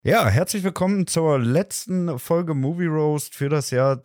Ja, herzlich willkommen zur letzten Folge Movie Roast für das Jahr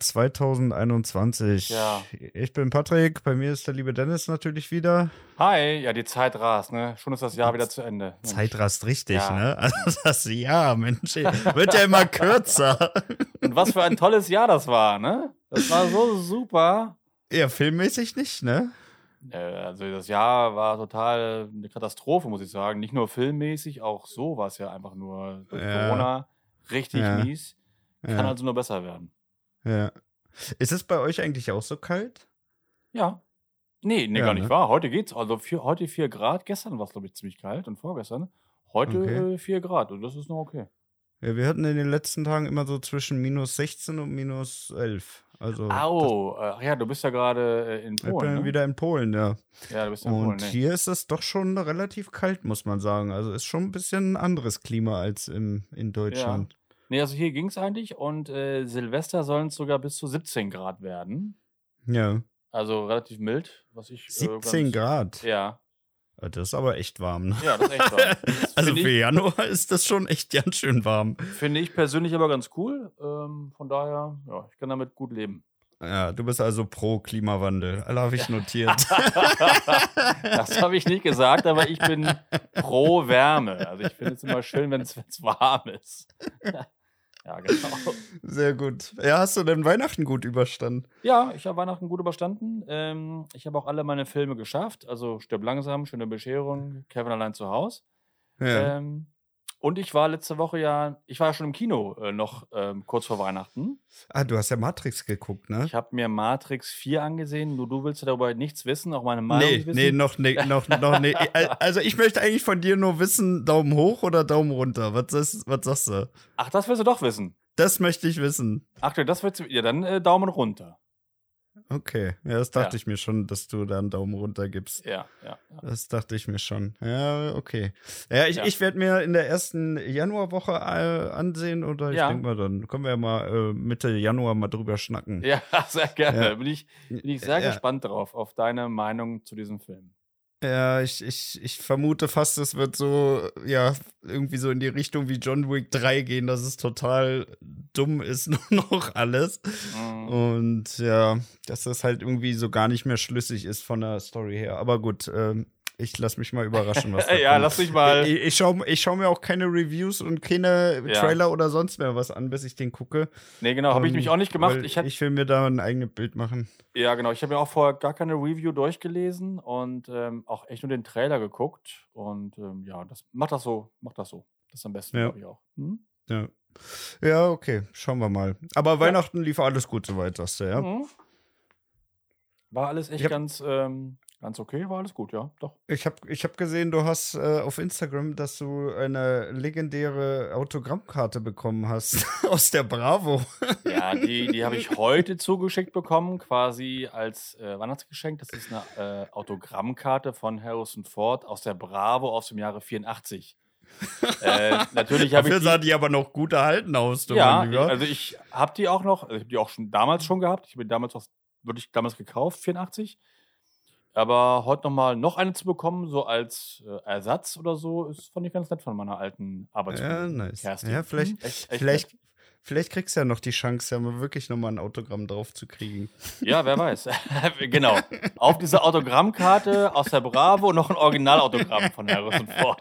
2021. Ja. Ich bin Patrick, bei mir ist der liebe Dennis natürlich wieder. Hi, ja, die Zeit rast, ne? Schon ist das Jahr wieder zu Ende. Zeit Mensch. rast richtig, Ja. ne? Also das Jahr, Mensch, wird ja immer kürzer. Und was für ein tolles Jahr das war, ne? Das war so super. Ja, filmmäßig nicht, ne? Also das Jahr war total eine Katastrophe, muss ich sagen. Nicht nur filmmäßig, auch so war es ja einfach nur durch Ja, Corona richtig ja, mies. Kann ja, also nur besser werden. ja. Ist es bei euch eigentlich auch so kalt? Ja. Nee, Ja, gar nicht ne? wahr. Heute geht's. Also heute 4 Grad. Gestern war es, glaube ich, ziemlich kalt und vorgestern. Heute Okay. 4 Grad und das ist noch okay. Ja, wir hatten in den letzten Tagen immer so zwischen -16 und -11. Also, Au, ach ja, du bist ja gerade in ich Polen, bin ne? wieder in Polen, ja. Ja, du bist ja in Polen, Und ne. hier ist es doch schon relativ kalt, muss man sagen. Also ist schon ein bisschen ein anderes Klima als in Ja. Deutschland. Ne, also hier ging's eigentlich und, Silvester sollen's sogar bis zu 17 Grad werden. Ja. Also relativ mild, was ich, 17 ganz Grad. ja. Das ist aber echt warm, ne? Ja, das ist echt warm. Das Also für Januar ist das schon echt ganz schön warm. finde ich persönlich aber ganz cool. Von daher, ja, ich kann damit gut leben. Ja, du bist also pro Klimawandel. Alle habe ich notiert. Das habe ich nicht gesagt, aber ich bin pro Wärme. Also, ich finde es immer schön, wenn's warm ist. Ja, genau. Sehr gut. Ja, hast du denn Weihnachten gut überstanden? Ja, ich habe Weihnachten gut überstanden. Ich habe auch alle meine Filme geschafft. Also Stirb langsam, Schöne Bescherung, Kevin allein zu Haus. Ja. Ähm, und ich war letzte Woche ich war ja schon im Kino noch kurz vor Weihnachten. Ah, du hast ja Matrix geguckt, ne? Ich habe mir Matrix 4 angesehen. Nur du willst ja darüber nichts wissen, auch meine Meinung Nee, nicht nee, wissen. noch nee. Also ich möchte eigentlich von dir nur wissen, Daumen hoch oder Daumen runter? Was sagst du? Ach, das willst du doch wissen. Das möchte ich wissen. Ach, das willst du. Ja, dann Daumen runter. Okay, ja, das Ja, dachte ich mir schon, dass du da einen Daumen runter gibst. ja, ja, ja. Das dachte ich mir schon. Ja, okay. Ja, Ja, ich werde mir in der ersten Januarwoche ansehen oder ich ja, denke mal, dann können wir ja mal Mitte Januar mal drüber schnacken. ja, sehr gerne. Ja, Bin ich sehr ja, gespannt drauf, auf deine Meinung zu diesem Film. ja, ich vermute fast, es wird so, ja, irgendwie so in die Richtung wie John Wick 3 gehen, dass es total dumm ist, nur noch alles. Mhm. Und ja, dass das halt irgendwie so gar nicht mehr schlüssig ist von der Story her. Aber gut, ich lass mich mal überraschen, was da Ja, kommt. lass mich mal. Ich schau mir auch keine Reviews und keine Ja. Trailer oder sonst mehr was an, bis ich den gucke. Nee, genau, habe ich mich auch nicht gemacht. Weil ich will mir da ein eigenes Bild machen. Ja, genau, ich habe mir auch vorher gar keine Review durchgelesen und, auch echt nur den Trailer geguckt und, ja, das mach das so, mach das so. Das ist am besten, Ja, glaube ich auch. Mhm. ja. Ja, okay, schauen wir mal. Aber Ja. Weihnachten lief alles gut soweit, sagst du, ja? Mhm. War alles Ich echt habe ganz okay, war alles gut, ja, doch. ich hab gesehen, du hast auf Instagram, dass du eine legendäre Autogrammkarte bekommen hast aus der Bravo. Ja, die habe ich heute zugeschickt bekommen, quasi als, Weihnachtsgeschenk. Das ist eine Autogrammkarte von Harrison Ford aus der Bravo aus dem Jahre 84. Natürlich habe ich Dafür sah die. die aber noch gut erhalten aus, du mein Ja, Lieber. ich habe die auch noch, also, ich habe die auch schon damals schon gehabt. Ich habe die damals auch wirklich damals gekauft, 84. Aber heute noch eine zu bekommen, so als, Ersatz oder so, ist fand ich ganz nett von meiner alten Ja, Arbeitskollegin nice. Ja, Kerstin. Mhm, echt nett. vielleicht kriegst du ja noch die Chance, ja mal wirklich nochmal ein Autogramm drauf zu kriegen. Ja, wer weiß. Genau. Auf dieser Autogrammkarte aus der Bravo noch ein Originalautogramm von Harrison Ford.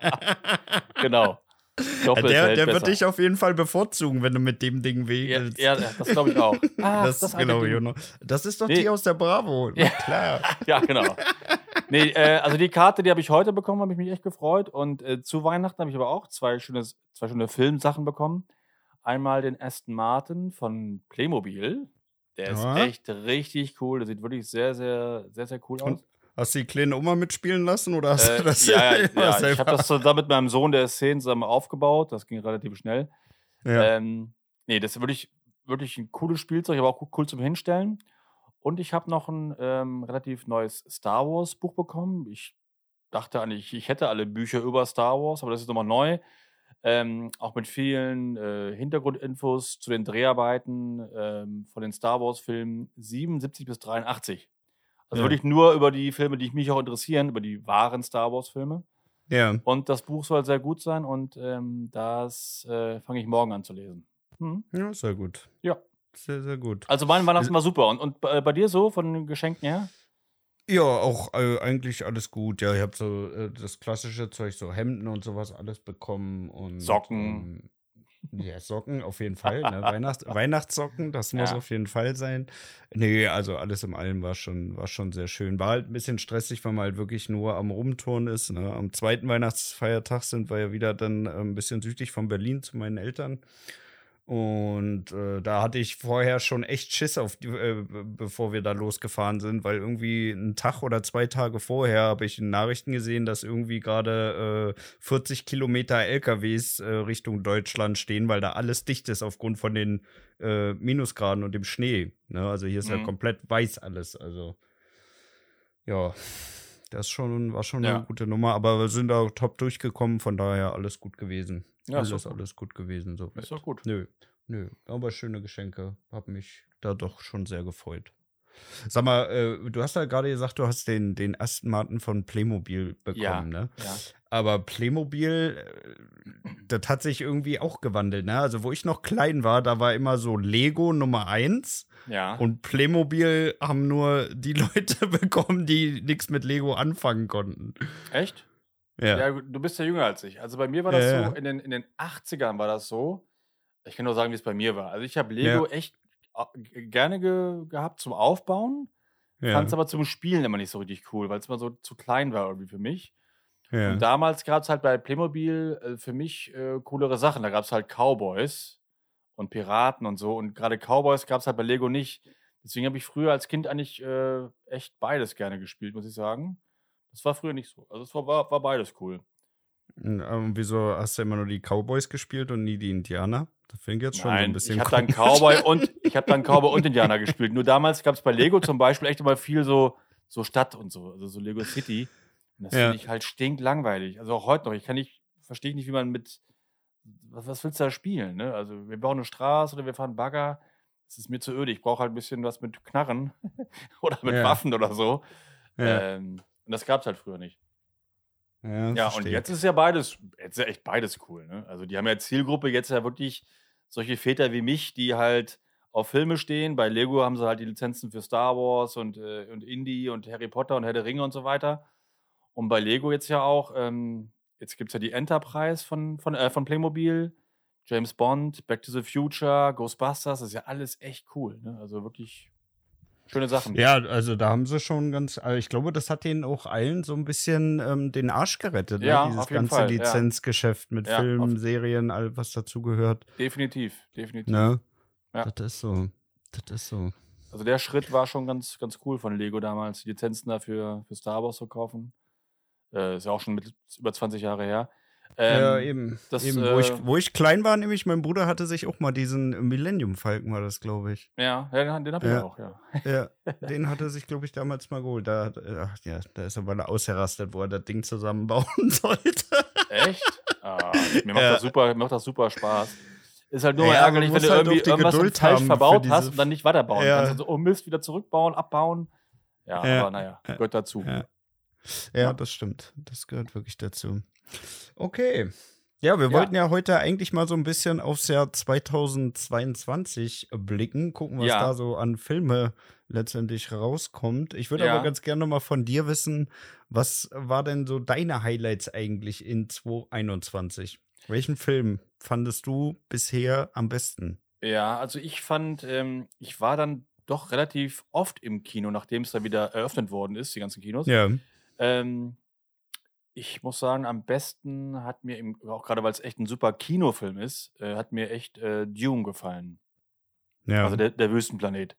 Genau. Ja, Doppelt hält der wird besser. dich auf jeden Fall bevorzugen, wenn du mit dem Ding Ja, wedelst. ja, das glaube ich auch. Ach, Das das alte glaube ich auch Ding. noch. Das ist doch die Ne, aus der Bravo. Na ja, klar. ja, genau. Ne, also die Karte, die habe ich heute bekommen, habe ich mich echt gefreut. Und, zu Weihnachten habe ich aber auch zwei schöne Filmsachen bekommen. Einmal den Aston Martin von Playmobil. Der ist Ja. echt richtig cool. Der sieht wirklich sehr, sehr, sehr, sehr cool Und aus. hast du die kleine Oma mitspielen lassen oder hast du das Ja, ja, immer ja. Ich habe selber? das zusammen mit meinem Sohn, der ist 10, zusammen aufgebaut. Das ging relativ schnell. Ja. Ne, das ist wirklich 'n cooles Spielzeug, aber auch cool zum Hinstellen. Und ich habe noch 'n, relativ neues Star Wars Buch bekommen. Ich dachte eigentlich, ich hätte alle Bücher über Star Wars, aber das ist noch mal neu. Auch mit vielen, Hintergrundinfos zu den Dreharbeiten, von den Star Wars Filmen 77 bis 83. Also Ja. wirklich nur über die Filme, die mich auch interessieren, über die wahren Star Wars Filme. Ja. Und das Buch soll sehr gut sein und das fange ich morgen an zu lesen. Ja, sehr gut. Ja. Sehr, sehr gut. Also mein Weihnachten war super. Und bei dir so, von den Geschenken her? Ja, auch eigentlich alles gut. Ja, ich habe so das klassische Zeug, so Hemden und sowas alles bekommen und Socken. ja, Socken auf jeden Fall, ne? Weihnachtssocken, das muss Ja. auf jeden Fall sein. Nee, also alles in allem war schon sehr schön. War halt ein bisschen stressig, weil man halt wirklich nur am Rumtouren ist, ne? Am zweiten Weihnachtsfeiertag sind wir ja wieder dann ein bisschen südlich von Berlin zu meinen Eltern. Und da hatte ich vorher schon echt Schiss, bevor wir da losgefahren sind, weil irgendwie einen Tag oder 2 Tage vorher habe ich in Nachrichten gesehen, dass irgendwie gerade 40 Kilometer LKWs Richtung Deutschland stehen, weil da alles dicht ist aufgrund von den Minusgraden und dem Schnee. Ne? Also hier ist ja komplett weiß alles. Also ja, war schon eine gute Nummer, aber wir sind da top durchgekommen, von daher alles gut gewesen. Ja, Alles gut gewesen. So ist doch gut. Nö, aber schöne Geschenke. Hab mich da doch schon sehr gefreut. Sag mal, du hast ja gerade gesagt, du hast den Aston Martin von Playmobil bekommen, ne? Ja. Aber Playmobil, das hat sich irgendwie auch gewandelt, ne? Also, wo ich noch klein war, da war immer so Lego Nummer 1. Ja. Und Playmobil haben nur die Leute bekommen, die nichts mit Lego anfangen konnten. Echt? Ja. Ja, du bist ja jünger als ich. Also bei mir war das so, in den 80ern war das so. Ich kann nur sagen, wie es bei mir war. Also ich habe Lego echt gerne gehabt zum Aufbauen, fand es aber zum Spielen immer nicht so richtig cool, weil es immer so zu klein war irgendwie für mich. Ja. Und damals gab es halt bei Playmobil für mich coolere Sachen. Da gab es halt Cowboys und Piraten und so. Und gerade Cowboys gab es halt bei Lego nicht. Deswegen habe ich früher als Kind eigentlich echt beides gerne gespielt, muss ich sagen. Das war früher nicht so. Also es war beides cool. Und wieso hast du immer nur die Cowboys gespielt und nie die Indianer? Das finde ich jetzt schon so ein bisschen ich habe dann Cowboy und Indianer gespielt. Nur damals gab es bei Lego zum Beispiel echt immer viel so Stadt und so, also so Lego City. Und das finde ich halt stinklangweilig. Also auch heute noch. Verstehe ich nicht, wie man was willst du da spielen? Ne? Also wir bauen eine Straße oder wir fahren Bagger. Das ist mir zu öde. Ich brauche halt ein bisschen was mit Knarren oder mit Waffen oder so. Ja. Und das gab es halt früher nicht. Ja, und jetzt ist ja echt beides cool. Ne? Also die haben ja Zielgruppe jetzt ja wirklich solche Väter wie mich, die halt auf Filme stehen. Bei Lego haben sie halt die Lizenzen für Star Wars und Indie und Harry Potter und Herr der Ringe und so weiter. Und bei Lego jetzt ja auch, jetzt gibt es ja die Enterprise von Playmobil, James Bond, Back to the Future, Ghostbusters, das ist ja alles echt cool. Ne? Also wirklich schöne Sachen. Ja, also da haben sie schon ich glaube, das hat denen auch allen so ein bisschen den Arsch gerettet, Ja, ne? Dieses auf jeden ganze Fall, ja. Lizenzgeschäft mit Ja, Filmen, Serien, all was dazugehört. Definitiv. Ne? Ja. Das ist so. Also der Schritt war schon ganz, ganz cool von Lego damals, die Lizenzen dafür für Star Wars zu kaufen. Ist ja auch schon über 20 Jahre her. Ja, eben. Wo ich klein war, nämlich mein Bruder hatte sich auch mal diesen Millennium Falcon, war das, glaube ich. Ja, den habe ich auch, ja. Ja, den hat er sich, glaube ich, damals mal geholt. Da ist er mal ausgerastet, wo er das Ding zusammenbauen sollte. Echt? Mir macht das super Spaß. Ist halt nur ärgerlich, wenn du halt irgendwie irgendwas falsch verbaut hast und dann nicht weiterbauen kannst. Also, Mist, wieder zurückbauen, abbauen. Ja, aber naja, gehört dazu. Ja, das stimmt. Das gehört wirklich dazu. Okay. Ja, wir wollten ja heute eigentlich mal so ein bisschen aufs Jahr 2022 blicken, gucken, was da so an Filme letztendlich rauskommt. Ich würde aber ganz gerne mal von dir wissen, was war denn so deine Highlights eigentlich in 2021? Welchen Film fandest du bisher am besten? Ja, also ich fand, ich war dann doch relativ oft im Kino, nachdem es dann wieder eröffnet worden ist, die ganzen Kinos. Ja. Ich muss sagen, am besten hat mir, auch gerade weil es echt ein super Kinofilm ist, hat mir echt Dune gefallen. Ja. Also der Wüstenplanet.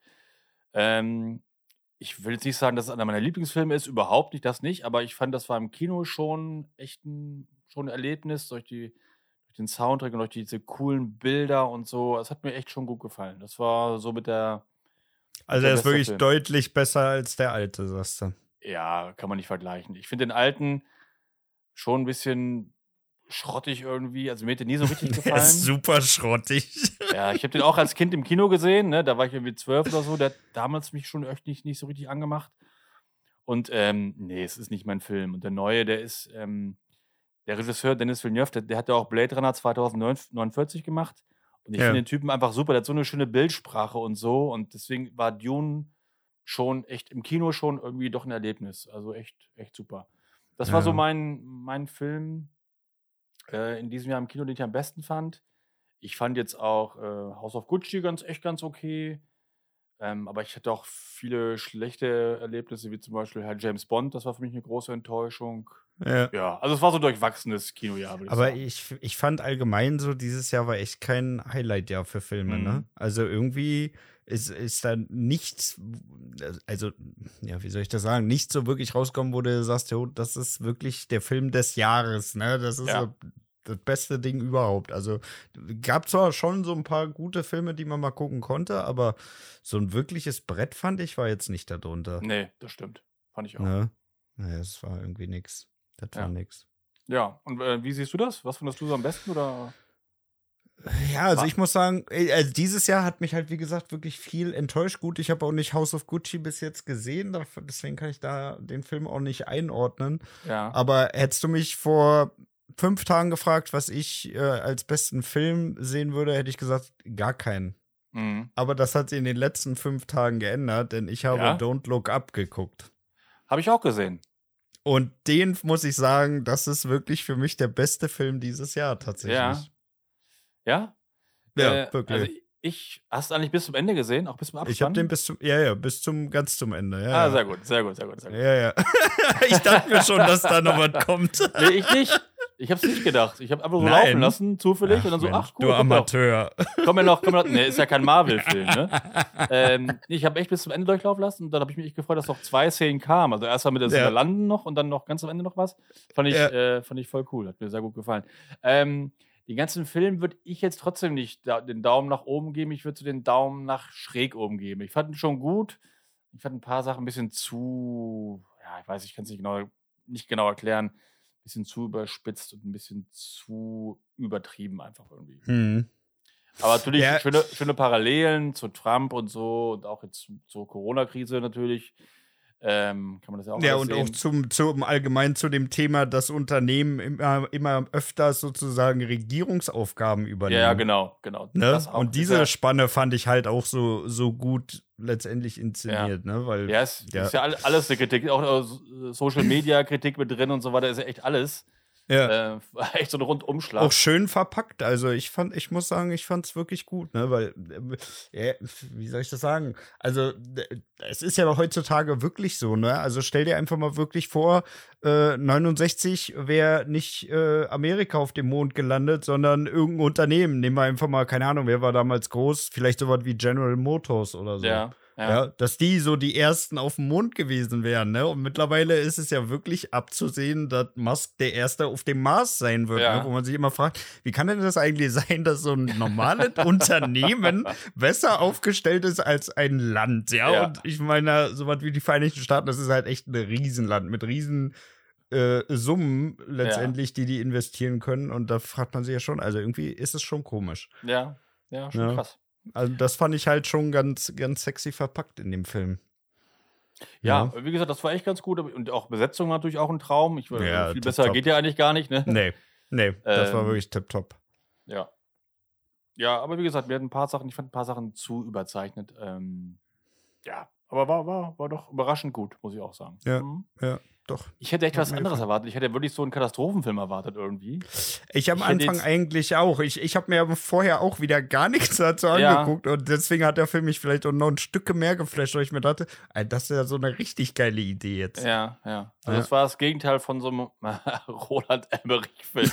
Ich will jetzt nicht sagen, dass es einer meiner Lieblingsfilme ist, überhaupt nicht, das nicht, aber ich fand, das war im Kino schon echt ein Erlebnis durch den Soundtrack und durch diese coolen Bilder und so. Es hat mir echt schon gut gefallen. Das war so Also er ist wirklich Film. deutlich besser als der alte, sagst du. Ja, kann man nicht vergleichen. Ich finde den alten schon ein bisschen schrottig irgendwie. Also mir hat der nie so richtig gefallen. Der ist super schrottig. Ja, ich habe den auch als Kind im Kino gesehen. Ne? Da war ich irgendwie 12 oder so. Der hat damals mich schon echt nicht so richtig angemacht. Und nee, es ist nicht mein Film. Und der neue, der ist der Regisseur Denis Villeneuve, der hat ja auch Blade Runner 2049 gemacht. Und ich finde den Typen einfach super. Der hat so eine schöne Bildsprache und so. Und deswegen war Dune schon echt im Kino schon irgendwie doch ein Erlebnis. Also echt, echt super. Das war so mein Film in diesem Jahr im Kino, den ich am besten fand. Ich fand jetzt auch House of Gucci echt ganz okay. Aber ich hatte auch viele schlechte Erlebnisse, wie zum Beispiel Herr James Bond. Das war für mich eine große Enttäuschung. Ja, also es war so ein durchwachsenes Kinojahr, würde ich Aber sagen. ich fand allgemein so, dieses Jahr war echt kein Highlight-Jahr für Filme, ne? Also irgendwie ist da nichts, also, ja, wie soll ich das sagen, nichts so wirklich rauskommen, wo du sagst, jo, das ist wirklich der Film des Jahres, ne? Das ist so das beste Ding überhaupt. Also gab zwar schon so ein paar gute Filme, die man mal gucken konnte, aber so ein wirkliches Brett fand ich, war jetzt nicht darunter. Nee, das stimmt. Fand ich auch. Ne? Naja, es war irgendwie nix. Das war nix. Ja, und wie siehst du das? Was findest du so am besten, oder? Ja, also ich muss sagen, also dieses Jahr hat mich halt, wie gesagt, wirklich viel enttäuscht. Gut, ich habe auch nicht House of Gucci bis jetzt gesehen, deswegen kann ich da den Film auch nicht einordnen. Ja. Aber hättest du mich vor 5 Tagen gefragt, was ich als besten Film sehen würde, hätte ich gesagt, gar keinen. Aber das hat sich in den letzten 5 Tagen geändert, denn ich habe Don't Look Up geguckt. Habe ich auch gesehen. Und den muss ich sagen, das ist wirklich für mich der beste Film dieses Jahr tatsächlich. Ja? Ja, wirklich. Also hast du eigentlich bis zum Ende gesehen, auch bis zum Abspann? Ich habe den ganz zum Ende. Ja, sehr gut. Ja. Ich dachte mir schon, dass da noch was kommt. Nee, ich nicht. Ich hab's nicht gedacht. Ich habe einfach so laufen lassen, zufällig, und dann so, Mensch, cool. Du Amateur. Komm ja noch. Nee, ist ja kein Marvel-Film, ne? Ich habe echt bis zum Ende durchlaufen lassen, und dann habe ich mich echt gefreut, dass noch 2 Szenen kamen. Also erst mal mit der Landen noch und dann noch ganz am Ende noch was. Fand ich voll cool. Hat mir sehr gut gefallen. Den ganzen Film würde ich jetzt trotzdem nicht den Daumen nach oben geben. Ich würde so den Daumen nach schräg oben geben. Ich fand ihn schon gut. Ich fand ein paar Sachen ein bisschen zu, ich weiß, ich kann es nicht genau erklären, ein bisschen zu überspitzt und ein bisschen zu übertrieben einfach irgendwie. Aber natürlich schöne Parallelen zu Trump und so, und auch jetzt zur Corona-Krise natürlich. Kann man das ja auch und sehen. auch zum allgemein zu dem Thema, dass Unternehmen immer öfter sozusagen Regierungsaufgaben übernehmen. Ja, genau. Ne? Und diese Spanne fand ich halt auch so gut letztendlich inszeniert, ne? Weil ist ja alles eine Kritik, auch Social-Media-Kritik mit drin und so weiter, ist ja echt alles. Echt so ein Rundumschlag. Auch schön verpackt. Also ich muss sagen, ich fand es wirklich gut, ne? Weil, wie soll ich das sagen? Also, es ist ja heutzutage wirklich so, ne? Also stell dir einfach mal wirklich vor, 69 wäre nicht Amerika auf dem Mond gelandet, sondern irgendein Unternehmen. Nehmen wir einfach mal, keine Ahnung, wer war damals groß? Vielleicht sowas wie General Motors oder so. Ja, dass die so die ersten auf dem Mond gewesen wären, ne? Und mittlerweile ist es ja wirklich abzusehen, dass Musk der Erste auf dem Mars sein wird, ne? Wo man sich immer fragt, wie kann denn das eigentlich sein, dass so ein normales Unternehmen besser aufgestellt ist als ein Land, ja? Und ich meine, sowas wie die Vereinigten Staaten, das ist halt echt ein Riesenland mit riesen Summen letztendlich, die investieren können. Und da fragt man sich ja schon, also irgendwie ist es schon komisch. Ja, schon krass. Also das fand ich halt schon ganz, ganz sexy verpackt in dem Film. Ja, wie gesagt, das war echt ganz gut. Und auch Besetzung natürlich auch ein Traum. Viel besser geht ja eigentlich gar nicht, ne? Nee, das war wirklich tipptopp. Ja. Ja, aber wie gesagt, ich fand ein paar Sachen zu überzeichnet. Aber war doch überraschend gut, muss ich auch sagen. Ja, doch. Ich hätte echt was anderes erwartet. Ich hätte wirklich so einen Katastrophenfilm erwartet irgendwie. Ich am Anfang eigentlich auch. Ich habe mir vorher auch wieder gar nichts dazu angeguckt, und deswegen hat der Film mich vielleicht auch noch ein Stück mehr geflasht, weil ich mir dachte, das ist ja so eine richtig geile Idee jetzt. Ja. Also das war das Gegenteil von so einem Roland Emmerich-Film.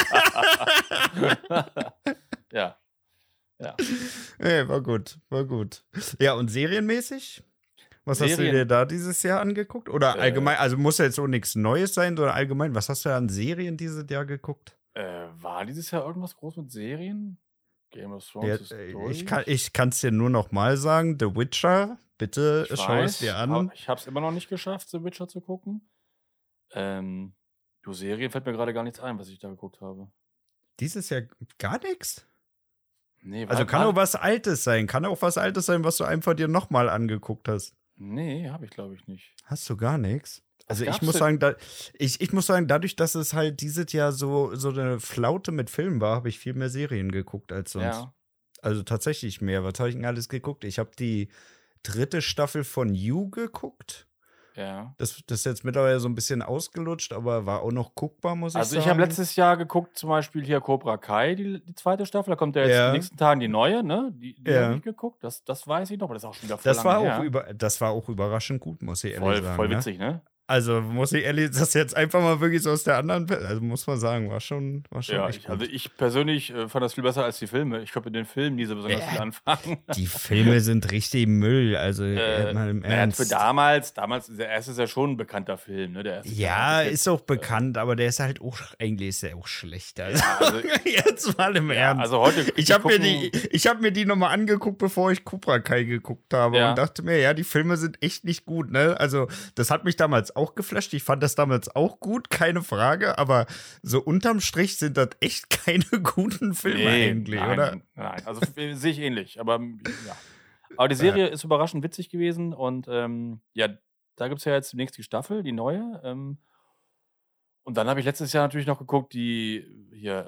Ja. Hey, war gut. Ja, und serienmäßig? Was hast du dir da dieses Jahr angeguckt? Oder allgemein, also muss ja jetzt auch nichts Neues sein, sondern allgemein, was hast du an Serien dieses Jahr geguckt? War dieses Jahr irgendwas groß mit Serien? Game of Thrones ist durch. Ich kann es dir nur noch mal sagen, The Witcher, bitte schau es dir an. Ich habe es immer noch nicht geschafft, The Witcher zu gucken. Serien fällt mir gerade gar nichts ein, was ich da geguckt habe. Dieses Jahr gar nichts? Nee, also kann auch was Altes sein. Kann auch was Altes sein, was du einfach dir noch mal angeguckt hast. Nee, habe ich glaube ich nicht. Hast du gar nichts? Was Also ich gab's muss denn? sagen, ich muss sagen, dadurch, dass es halt dieses Jahr so eine Flaute mit Filmen war, habe ich viel mehr Serien geguckt als sonst. Ja, Also tatsächlich mehr. Was habe ich denn alles geguckt? Ich habe die dritte Staffel von You geguckt. ja. Das ist jetzt mittlerweile so ein bisschen ausgelutscht, aber war auch noch guckbar, muss ich Also, ich habe sagen. letztes Jahr geguckt, zum Beispiel hier Cobra Kai, die 2. Staffel. Da kommt ja jetzt in den Ja, nächsten Tagen die neue, ne? Die habe ja. ich geguckt. Das weiß ich noch, aber das ist auch schon wieder voll lange her. Das war auch überraschend gut, muss ich ehrlich Voll sagen, voll ne? witzig, ne? Also muss ich ehrlich, das jetzt einfach mal wirklich so aus der anderen Welt, also muss man sagen, war schon Ja, echt also gut. ich persönlich fand das viel besser als die Filme. Ich konnte mit den Filmen nie so besonders viel anfangen. Die Filme sind richtig Müll, also mal im Naja, für Ernst. damals, der erste ist ja schon ein bekannter Film, ne? Der erste Teil Ja, ist ist jetzt, auch bekannt, aber der ist halt auch, eigentlich ist der auch schlecht. Also, ja, also, jetzt mal im ja, Ernst. also heute Ich habe mir die nochmal angeguckt, bevor ich Cobra Kai geguckt habe Ja. und dachte mir, ja, die Filme sind echt nicht gut, ne? Also, das hat mich damals auch geflasht. Ich fand das damals auch gut, keine Frage, aber so unterm Strich sind das echt keine guten Filme eigentlich, nein, oder? nein, also sehe ich ähnlich, aber ja. Aber die Serie ist überraschend witzig gewesen und ja, da gibt es ja jetzt demnächst die Staffel, die neue. Und dann habe ich letztes Jahr natürlich noch geguckt, die hier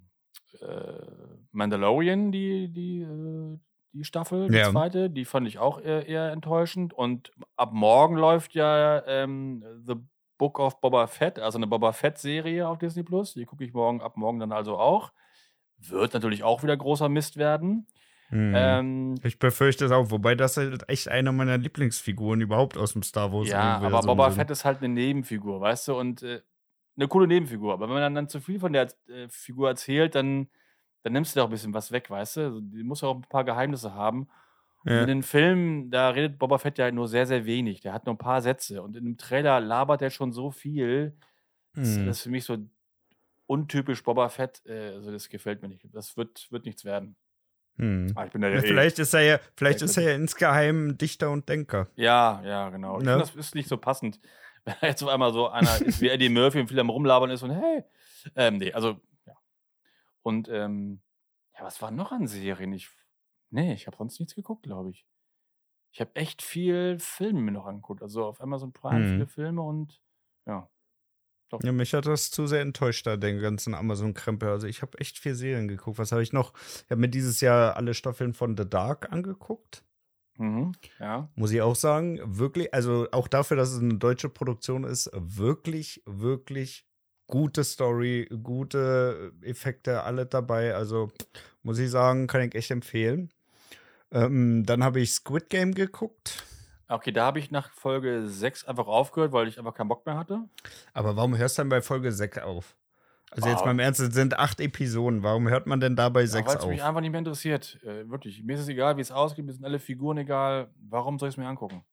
Mandalorian, die Staffel, die Ja. zweite, die fand ich auch eher enttäuschend. Und ab morgen läuft ja The Book of Boba Fett, also eine Boba Fett-Serie auf Disney Plus. Die gucke ich ab morgen dann also auch. Wird natürlich auch wieder großer Mist werden. Ich befürchte es auch, wobei das halt echt eine meiner Lieblingsfiguren überhaupt aus dem Star Wars Ja, aber Universum Boba sind. Fett ist halt eine Nebenfigur, weißt du? Und eine coole Nebenfigur. Aber wenn man dann zu viel von der Figur erzählt, dann nimmst du da auch ein bisschen was weg, weißt du? Also, die muss ja auch ein paar Geheimnisse haben. Und Ja. in den Filmen, da redet Boba Fett ja nur sehr, sehr wenig. Der hat nur ein paar Sätze. Und in dem Trailer labert er schon so viel. Das ist für mich so untypisch Boba Fett. Also das gefällt mir nicht. Das wird nichts werden. Aber ich bin da ja Vielleicht ist er ja insgeheim ein Dichter und Denker. Ja, genau. Ich Ne? finde, das ist nicht so passend, wenn er jetzt auf einmal so einer ist wie Eddie Murphy und viel am Rumlabern ist und hey. Nee, also, ja. Und, ja, was war noch an Serien? Ich habe sonst nichts geguckt, glaube ich. Ich habe echt viel Filme mir noch angeguckt. Also auf Amazon Prime viele Filme und ja. Doch. Ja, mich hat das zu sehr enttäuscht, da den ganzen Amazon-Krempel. Also ich habe echt viel Serien geguckt. Was habe ich noch? Ich habe mir dieses Jahr alle Staffeln von The Dark angeguckt. Ja. Muss ich auch sagen. Wirklich, also auch dafür, dass es eine deutsche Produktion ist, wirklich, wirklich gute Story, gute Effekte, alle dabei. Also muss ich sagen, kann ich echt empfehlen. Dann habe ich Squid Game geguckt. Okay, da habe ich nach Folge 6 einfach aufgehört, weil ich einfach keinen Bock mehr hatte. Aber warum hörst du dann bei Folge 6 auf? Also jetzt Ah. mal im Ernst, es sind 8 Episoden. Warum hört man denn da bei 6 Weil es auf? mich einfach nicht mehr interessiert. Wirklich. Mir ist es egal, wie es ausgeht. Mir sind alle Figuren egal. Warum soll ich es mir angucken?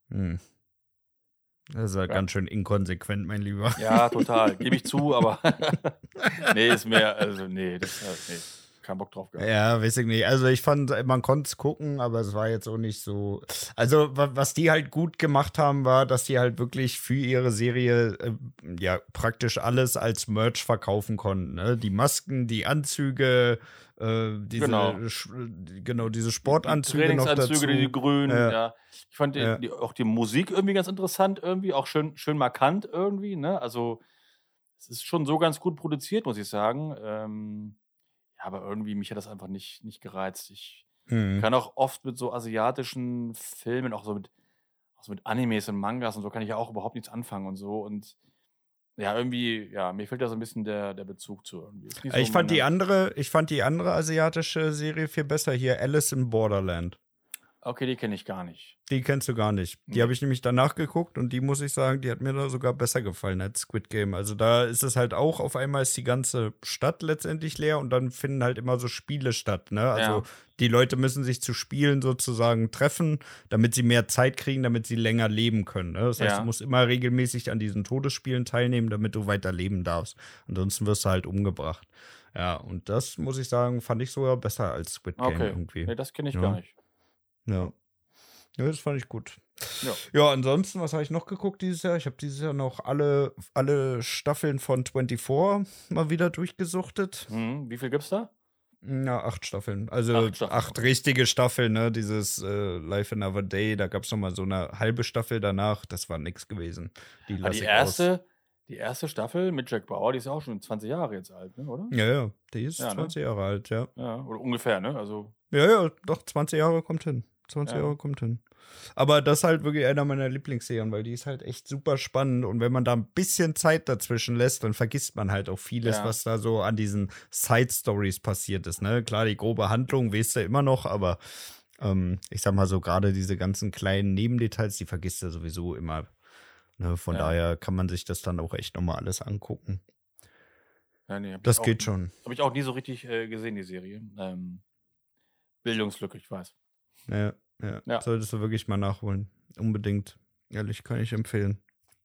Das ist ja ganz schön inkonsequent, mein Lieber. Ja, total. Gebe ich zu, aber nee, ist mehr, also nee, kein Bock drauf gehabt. Ja, weiß ich nicht. Also ich fand, man konnte es gucken, aber es war jetzt auch nicht so. Also was die halt gut gemacht haben, war, dass die halt wirklich für ihre Serie ja praktisch alles als Merch verkaufen konnten. Ne? Die Masken, die Anzüge, diese Sportanzüge noch Trainingsanzüge, dazu. die grünen, ja. Ich fand Ja. auch die Musik irgendwie ganz interessant, irgendwie, auch schön markant irgendwie, ne? Also, es ist schon so ganz gut produziert, muss ich sagen. Ja, aber irgendwie, mich hat das einfach nicht gereizt. Ich kann auch oft mit so asiatischen Filmen, auch so mit Animes und Mangas und so, kann ich ja auch überhaupt nichts anfangen und so. Und ja, irgendwie, ja, mir fehlt da so ein bisschen der Bezug zu irgendwie. Ist nicht so Ich fand die andere asiatische Serie viel besser hier, Alice in Borderland. Okay, die kenne ich gar nicht. Die kennst du gar nicht. Die Nee. habe ich nämlich danach geguckt und die muss ich sagen, die hat mir da sogar besser gefallen als Squid Game. Also da ist es halt auch, auf einmal ist die ganze Stadt letztendlich leer und dann finden halt immer so Spiele statt, ne? Also Ja. die Leute müssen sich zu Spielen sozusagen treffen, damit sie mehr Zeit kriegen, damit sie länger leben können. Ne? Das heißt, Ja. du musst immer regelmäßig an diesen Todesspielen teilnehmen, damit du weiter leben darfst. Ansonsten wirst du halt umgebracht. Ja, und das, muss ich sagen, fand ich sogar besser als Squid Game Okay. irgendwie. Nee, das kenne ich Ja. gar nicht. Ja. Ja, das fand ich gut. Ja. Ja, ansonsten, was habe ich noch geguckt dieses Jahr? Ich habe dieses Jahr noch alle Staffeln von 24 mal wieder durchgesuchtet. Wie viel gibt's da? Ja, 8 Staffeln. Also 8 Staffeln, 8 richtige Staffeln, ne? Dieses Life Another Day, da gab es nochmal so eine halbe Staffel danach. Das war nix gewesen. Die Aber lasse ich aus. die erste Staffel mit Jack Bauer, die ist ja auch schon 20 Jahre jetzt alt, ne, oder? Ja, die ist Ja, ne? 20 Jahre alt, ja. Ja, oder ungefähr, ne? Also, Ja, doch, 20 Jahre kommt hin. 20 ja. Jahre kommt hin. Aber das ist halt wirklich einer meiner Lieblingsserien, weil die ist halt echt super spannend. Und wenn man da ein bisschen Zeit dazwischen lässt, dann vergisst man halt auch vieles, Ja. was da so an diesen Side-Stories passiert ist. Ne? Klar, die grobe Handlung weißt du immer noch, aber ich sag mal so, gerade diese ganzen kleinen Nebendetails, die vergisst du sowieso immer. Ne? Von daher kann man sich das dann auch echt nochmal alles angucken. Ja, nee, Das geht schon. Habe ich auch nie so richtig gesehen, die Serie. Bildungslücke, ich weiß. Ja. Solltest du wirklich mal nachholen. Unbedingt. Ehrlich, kann ich empfehlen.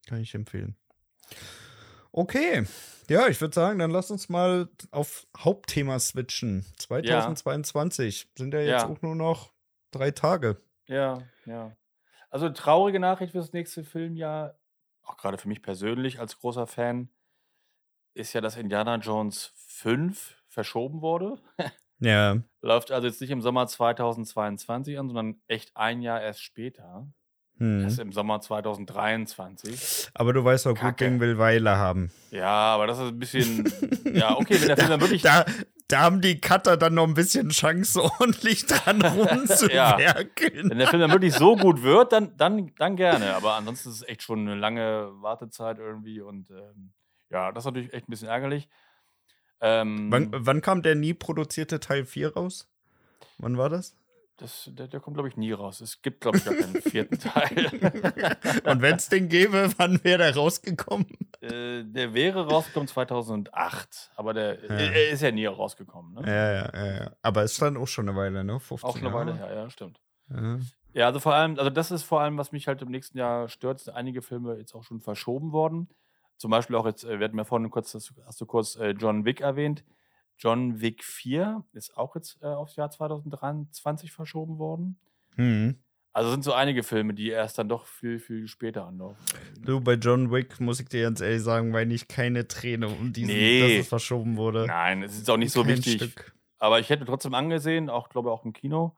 Okay. Ja, ich würde sagen, dann lass uns mal auf Hauptthema switchen. 2022 sind ja jetzt auch nur noch 3 Tage. Ja. Also traurige Nachricht für das nächste Filmjahr, auch gerade für mich persönlich als großer Fan, ist ja, dass Indiana Jones 5 verschoben wurde. Ja. Läuft also jetzt nicht im Sommer 2022 an, sondern echt ein Jahr erst später. Erst im Sommer 2023. Aber du weißt auch, gut Ding will Weile haben. Ja, aber das ist ein bisschen. Ja, okay, wenn der Film dann wirklich. Da haben die Cutter dann noch ein bisschen Chance, ordentlich dran rumzuwerkeln. Wenn der Film dann wirklich so gut wird, dann gerne. Aber ansonsten ist es echt schon eine lange Wartezeit irgendwie. Und ja, das ist natürlich echt ein bisschen ärgerlich. Wann kam der nie produzierte Teil 4 raus? Wann war das? Der kommt, glaube ich, nie raus. Es gibt, glaube ich, gar keinen 4. Teil. Und wenn es den gäbe, wann wäre der rausgekommen? Der wäre rausgekommen 2008. Aber er ist ja nie rausgekommen. Ne? Ja. Aber es stand auch schon eine Weile, ne? 15 auch schon eine Jahre. Weile her, ja, stimmt. Ja. Ja, also vor allem, also das ist vor allem, was mich halt im nächsten Jahr stört, sind einige Filme jetzt auch schon verschoben worden. Zum Beispiel auch jetzt, wir hatten ja vorhin hast du kurz John Wick erwähnt. John Wick 4 ist auch jetzt aufs Jahr 2023 verschoben worden. Also sind so einige Filme, die erst dann doch viel, viel später anlaufen. Du, bei John Wick, muss ich dir ganz ehrlich sagen, weine ich keine Träne um diesen, dass es verschoben wurde. Nein, es ist auch nicht so wichtig. Stück. Aber ich hätte trotzdem angesehen, auch glaube ich auch im Kino.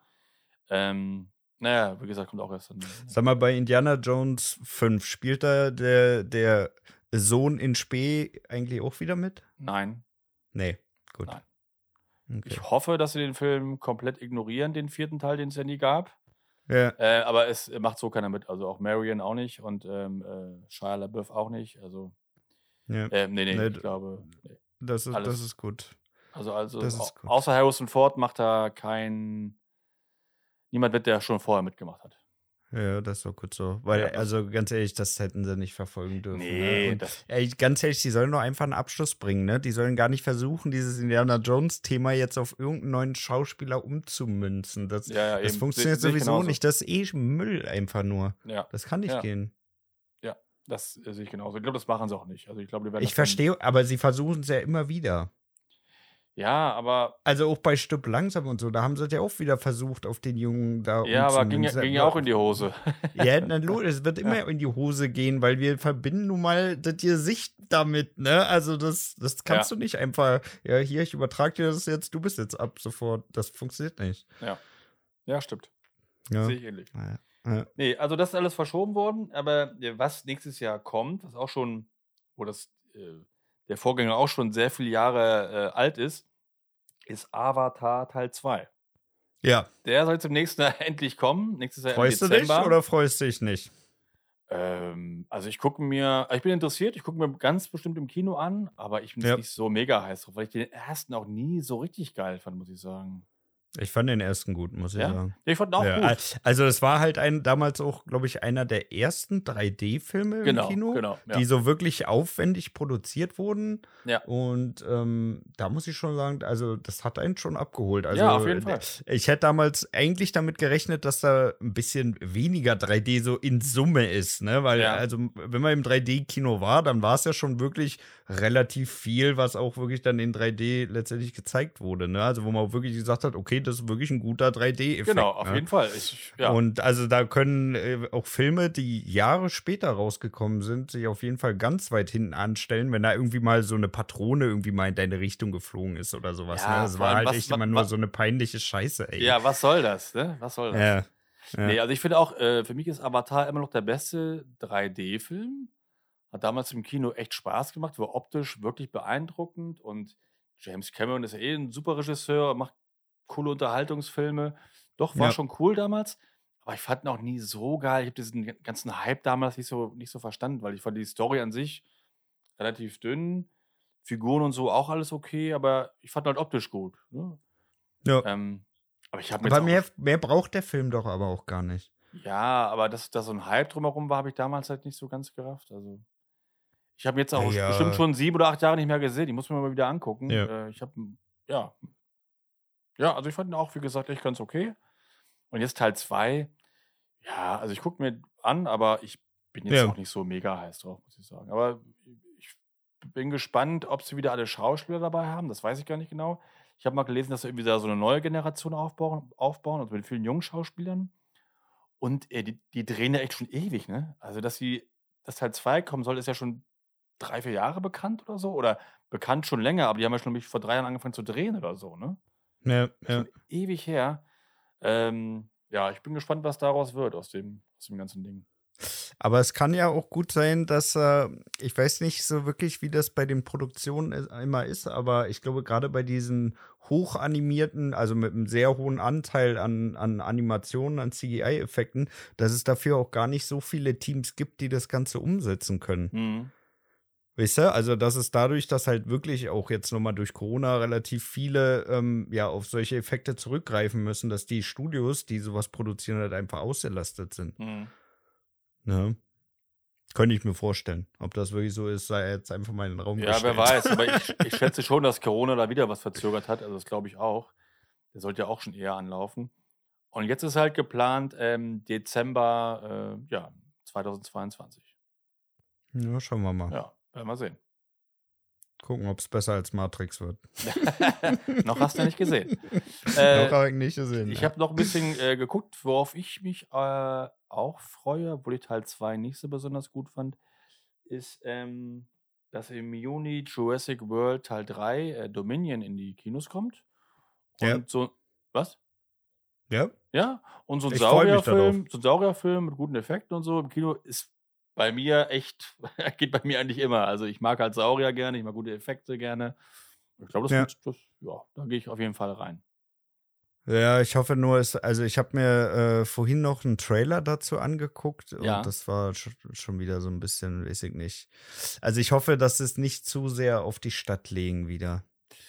Naja, wie gesagt, kommt auch erst dann. Sag mal, bei Indiana Jones 5 spielt da der Sohn in Spee eigentlich auch wieder mit? Nein. Nee, gut. Nein. Okay. Ich hoffe, dass sie den Film komplett ignorieren, den 4. Teil, den es ja nie gab. Ja. Aber es macht so keiner mit. Also auch Marion auch nicht und Shia LaBeouf auch nicht. Also ja. nee, ich glaube. Nee. Das ist gut. Also außer Harrison Ford macht da niemand mit, der schon vorher mitgemacht hat. Ja, das ist doch gut so. Weil, also ganz ehrlich, das hätten sie nicht verfolgen dürfen. Nee, ne? Ganz ehrlich, die sollen doch einfach einen Abschluss bringen, ne? Die sollen gar nicht versuchen, dieses Indiana Jones-Thema jetzt auf irgendeinen neuen Schauspieler umzumünzen. Das funktioniert sowieso nicht. Das ist Müll einfach nur. Ja. Das kann nicht gehen. Ja, das sehe ich genauso. Ich glaube, das machen sie auch nicht. Also ich glaube, die werden ich verstehe, aber sie versuchen es ja immer wieder. Ja, aber. Also auch bei Stück langsam und so, da haben sie es ja auch wieder versucht, auf den Jungen da Ja, aber ging ja auch in die Hose. Ja, es wird immer in die Hose gehen, weil wir verbinden nun mal das Gesicht damit, ne? Also das kannst du nicht einfach, ja, hier, ich übertrage dir das jetzt, du bist jetzt ab sofort. Das funktioniert nicht. Ja, stimmt. Ja. Sehe ich ähnlich. Ja. Nee, also das ist alles verschoben worden, aber was nächstes Jahr kommt, was auch schon, der Vorgänger auch schon sehr viele Jahre alt ist Avatar Teil 2. Ja. Der soll zum nächsten Jahr endlich kommen. Nächstes Jahr freust im Dezember. Freust du dich oder freust du dich nicht? Also ich bin interessiert, ich gucke mir ganz bestimmt im Kino an, aber ich bin nicht so mega heiß drauf, weil ich den ersten auch nie so richtig geil fand, muss ich sagen. Ich fand den ersten gut, muss ich sagen. Ja, ich fand ihn auch gut. Also es war halt damals auch, glaube ich, einer der ersten 3D-Filme im Kino, die so wirklich aufwendig produziert wurden. Ja. Und da muss ich schon sagen, also das hat einen schon abgeholt. Also, ja, auf jeden Fall. Ich hätte damals eigentlich damit gerechnet, dass da ein bisschen weniger 3D so in Summe ist, ne? Weil, also wenn man im 3D-Kino war, dann war es ja schon wirklich relativ viel, was auch wirklich dann in 3D letztendlich gezeigt wurde, ne? Also wo man auch wirklich gesagt hat, okay, das ist wirklich ein guter 3D-Effekt. Genau, auf ne? jeden Fall. Ja. Und also da können auch Filme, die Jahre später rausgekommen sind, sich auf jeden Fall ganz weit hinten anstellen, wenn da irgendwie mal so eine Patrone irgendwie mal in deine Richtung geflogen ist oder sowas. Ja, Ne? Das vor war allem, halt echt immer nur so eine peinliche Scheiße, ey. Ja, was soll das, ne? Was soll das? Ja. Nee, also ich finde auch, für mich ist Avatar immer noch der beste 3D-Film. Hat damals im Kino echt Spaß gemacht, war optisch wirklich beeindruckend und James Cameron ist ja eh ein super Regisseur, macht coole Unterhaltungsfilme. Doch, war Ja. schon cool damals, aber ich fand ihn auch nie so geil. Ich habe diesen ganzen Hype damals nicht so verstanden, weil ich fand die Story an sich relativ dünn, Figuren und so auch alles okay, aber ich fand halt optisch gut, ne? Ja. Aber ich habe mir Aber jetzt auch mehr braucht der Film doch aber auch gar nicht. ja, aber dass da so ein Hype drumherum war, habe ich damals halt nicht so ganz gerafft. Also, ich habe jetzt auch bestimmt schon 7 oder 8 Jahre nicht mehr gesehen. Ich muss mir mal wieder angucken. Ja. Ich habe ja. Ja, also ich fand ihn auch, wie gesagt, echt ganz okay. Und jetzt Teil 2. Ja, also ich gucke mir an, aber ich bin jetzt Ja. auch nicht so mega heiß drauf, muss ich sagen. Aber ich bin gespannt, ob sie wieder alle Schauspieler dabei haben. Das weiß ich gar nicht genau. Ich habe mal gelesen, dass sie irgendwie da so eine neue Generation aufbauen, also mit vielen jungen Schauspielern. Und die drehen ja echt schon ewig, ne? Also, dass Teil 2 kommen soll, ist ja schon 3, 4 Jahre bekannt oder so. Oder bekannt schon länger, aber die haben ja schon nämlich vor 3 Jahren angefangen zu drehen oder so, ne? Ja. Schon ewig her. Ja, ich bin gespannt, was daraus wird aus dem ganzen Ding. Aber es kann ja auch gut sein, dass ich weiß nicht so wirklich, wie das bei den Produktionen immer ist, aber ich glaube, gerade bei diesen hochanimierten, also mit einem sehr hohen Anteil an Animationen, an CGI-Effekten, dass es dafür auch gar nicht so viele Teams gibt, die das Ganze umsetzen können. Mhm. Weißt du? Also, dass es dadurch, dass halt wirklich auch jetzt nochmal durch Corona relativ viele ja auf solche Effekte zurückgreifen müssen, dass die Studios, die sowas produzieren, halt einfach ausgelastet sind. Mhm. Ne? Könnte ich mir vorstellen. Ob das wirklich so ist, sei jetzt einfach mal in den Raum Ja, gestellt. wer weiß. Aber ich schätze schon, dass Corona da wieder was verzögert hat. Also, das glaube ich auch. Der sollte ja auch schon eher anlaufen. Und jetzt ist halt geplant, Dezember, 2022. Ja, schauen wir mal. Ja, werden wir sehen. Gucken, ob es besser als Matrix wird. Noch hast du nicht gesehen. Noch habe ich nicht gesehen. Ich habe noch ein bisschen geguckt, worauf ich mich auch freue, obwohl ich Teil 2 nicht so besonders gut fand, ist, dass im Juni Jurassic World Teil 3 Dominion in die Kinos kommt. Ja. Und so, was? Ja? Ja, und so ein Ich freu mich Saurierfilm mit guten Effekten und so im Kino ist bei mir echt, geht bei mir eigentlich immer. Also ich mag halt Saurier gerne, ich mag gute Effekte gerne. Ich glaube, da gehe ich auf jeden Fall rein. Ja, ich hoffe nur, also ich habe mir vorhin noch einen Trailer dazu angeguckt und Ja. das war schon wieder so ein bisschen, weiß ich nicht. Also ich hoffe, dass es nicht zu sehr auf die Stadt legen wieder.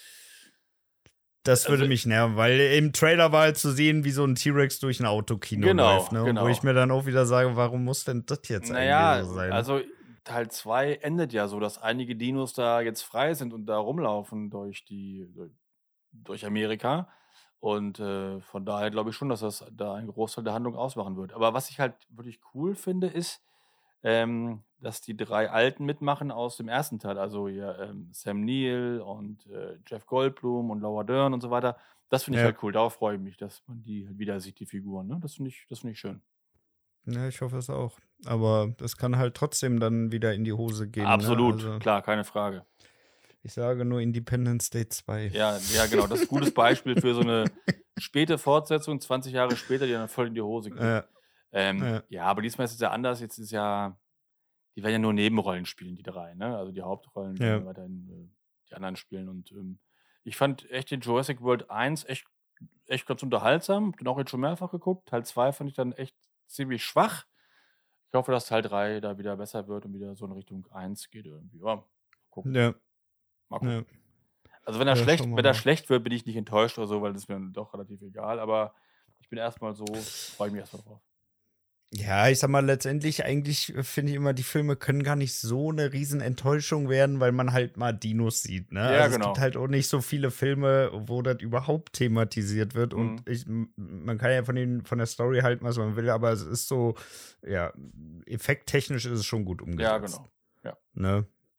Das würde mich nerven, weil im Trailer war halt zu sehen, wie so ein T-Rex durch ein Autokino läuft, ne? Genau. Wo ich mir dann auch wieder sage, warum muss denn das jetzt eigentlich so sein? Also Teil 2 endet ja so, dass einige Dinos da jetzt frei sind und da rumlaufen durch Amerika. Und von daher glaube ich schon, dass das da einen Großteil der Handlung ausmachen wird. Aber was ich halt wirklich cool finde, ist, dass die 3 Alten mitmachen aus dem ersten Teil. Also hier Sam Neill und Jeff Goldblum und Laura Dern und so weiter. Das finde ich halt cool. Darauf freue ich mich, dass man die halt wieder sieht, die Figuren. Ne? Das finde ich schön. Ja, ich hoffe es auch. Aber das kann halt trotzdem dann wieder in die Hose gehen. Absolut, ne? Also, klar, keine Frage. ich sage nur Independence Day 2. Ja, genau. Das ist ein gutes Beispiel für so eine späte Fortsetzung, 20 Jahre später, die dann voll in die Hose geht. Ja, aber diesmal ist es ja anders. Jetzt ist ja, die werden ja nur Nebenrollen spielen, die 3, ne? Also die Hauptrollen werden weiterhin die anderen spielen. Und ich fand echt den Jurassic World 1 echt ganz unterhaltsam. Den auch jetzt schon mehrfach geguckt. Teil 2 fand ich dann echt ziemlich schwach. Ich hoffe, dass Teil 3 da wieder besser wird und wieder so in Richtung 1 geht irgendwie. Ja, mal gucken. Ja. Mal gucken. Ja. Also wenn er Ja, schauen wir mal. schlecht wird, bin ich nicht enttäuscht oder so, weil das ist mir doch relativ egal. Aber ich bin erstmal so, freue ich mich erstmal drauf. Ja, ich sag mal, letztendlich eigentlich finde ich immer, die Filme können gar nicht so eine riesen Enttäuschung werden, weil man halt mal Dinos sieht, ne? Ja, also genau. Es gibt halt auch nicht so viele Filme, wo das überhaupt thematisiert wird und man kann ja von der Story halten, was man will, aber es ist so, ja, effekttechnisch ist es schon gut umgesetzt. Ja, genau. Ja. Ne?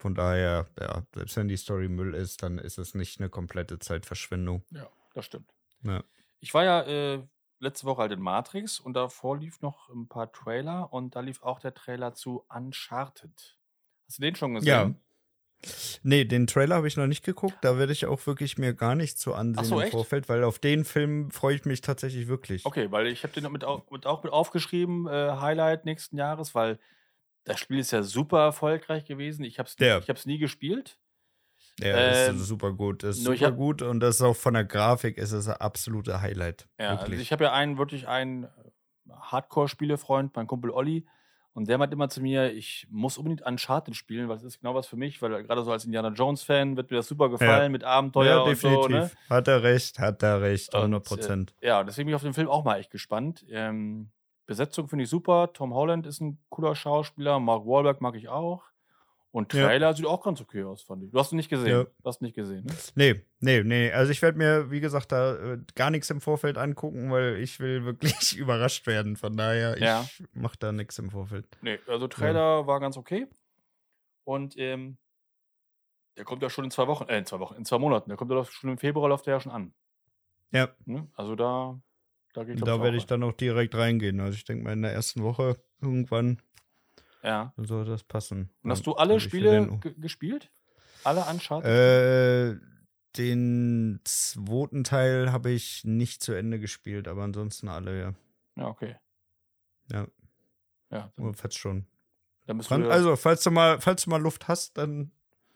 Von daher, ja, selbst wenn die Story Müll ist, dann ist es nicht eine komplette Zeitverschwendung. Ja, das stimmt. Ja. Ich war ja letzte Woche halt in Matrix und davor lief noch ein paar Trailer und da lief auch der Trailer zu Uncharted. Hast du den schon Ja. gesehen? Nee, den Trailer habe ich noch nicht geguckt. Da werde ich auch wirklich mir gar nicht so ansehen so, im echt? Vorfeld, weil auf den Film freue ich mich tatsächlich wirklich. Okay, weil ich habe den auch mit aufgeschrieben, Highlight nächsten Jahres, weil das Spiel ist ja super erfolgreich gewesen. Ich habe es nie gespielt. Ja, ist Ähm, super gut. Ist nur ich super hab- gut und das ist auch von der Grafik ist es ein absoluter Highlight. Ja, also wirklich. ich habe ja einen Hardcore-Spielefreund, mein Kumpel Olli, und der meint immer zu mir, ich muss unbedingt Uncharted spielen, weil das ist genau was für mich, weil gerade so als Indiana Jones-Fan wird mir das super gefallen mit Abenteuer Ja, und so, ne? definitiv. Hat er recht, 100%. Ja, deswegen bin ich auf den Film auch mal echt gespannt. Besetzung finde ich super. Tom Holland ist ein cooler Schauspieler. Mark Wahlberg mag ich auch. Und Ja. Trailer sieht auch ganz okay aus, fand ich. Du hast ihn nicht gesehen. Ja. Du hast ihn nicht gesehen, ne? Nee. Also ich werde mir, wie gesagt, da gar nichts im Vorfeld angucken, weil ich will wirklich überrascht werden. Von daher, ich mache da nichts im Vorfeld. Nee, also Trailer war ganz okay. Und der kommt ja schon in 2 Monaten. Der kommt ja schon im Februar, läuft der ja schon an. Ja. Ne? Also da geht Da werde ich dann auch direkt reingehen. Also ich denke mal in der ersten Woche irgendwann soll das passen. Und hast du alle Spiele gespielt? Alle Uncharted? Den zweiten Teil habe ich nicht zu Ende gespielt, aber ansonsten alle, ja. Ja, okay. Ja. Ja. Fetzt schon. Dann bist also, falls du mal Luft hast, dann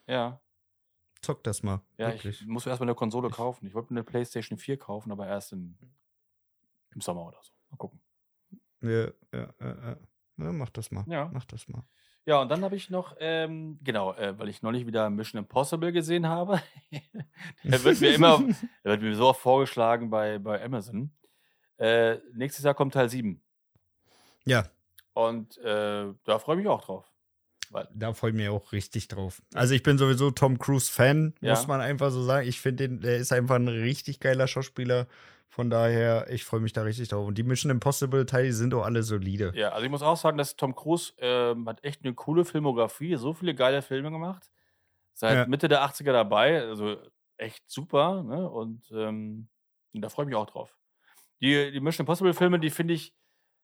zock das mal. Ja, wirklich. ich muss erstmal eine Konsole kaufen. Ich wollte mir eine PlayStation 4 kaufen, aber erst im Sommer oder so. Mal gucken. Ja, mach das mal. Ja. Mach das mal. Ja, und dann habe ich noch, weil ich neulich wieder Mission Impossible gesehen habe. Der wird mir so oft vorgeschlagen bei Amazon. Nächstes Jahr kommt Teil 7. Ja. Und da freue ich mich auch drauf. Da freue ich mich auch richtig drauf. Also ich bin sowieso Tom Cruise-Fan, muss man einfach so sagen. Ich finde der ist einfach ein richtig geiler Schauspieler. Von daher, ich freue mich da richtig drauf. Und die Mission Impossible-Teile sind auch alle solide. Ja, also ich muss auch sagen, dass Tom Cruise hat echt eine coole Filmografie, so viele geile Filme gemacht. Seit Mitte der 80er dabei, also echt super, ne? Und da freue ich mich auch drauf. Die Mission Impossible-Filme, die finde ich,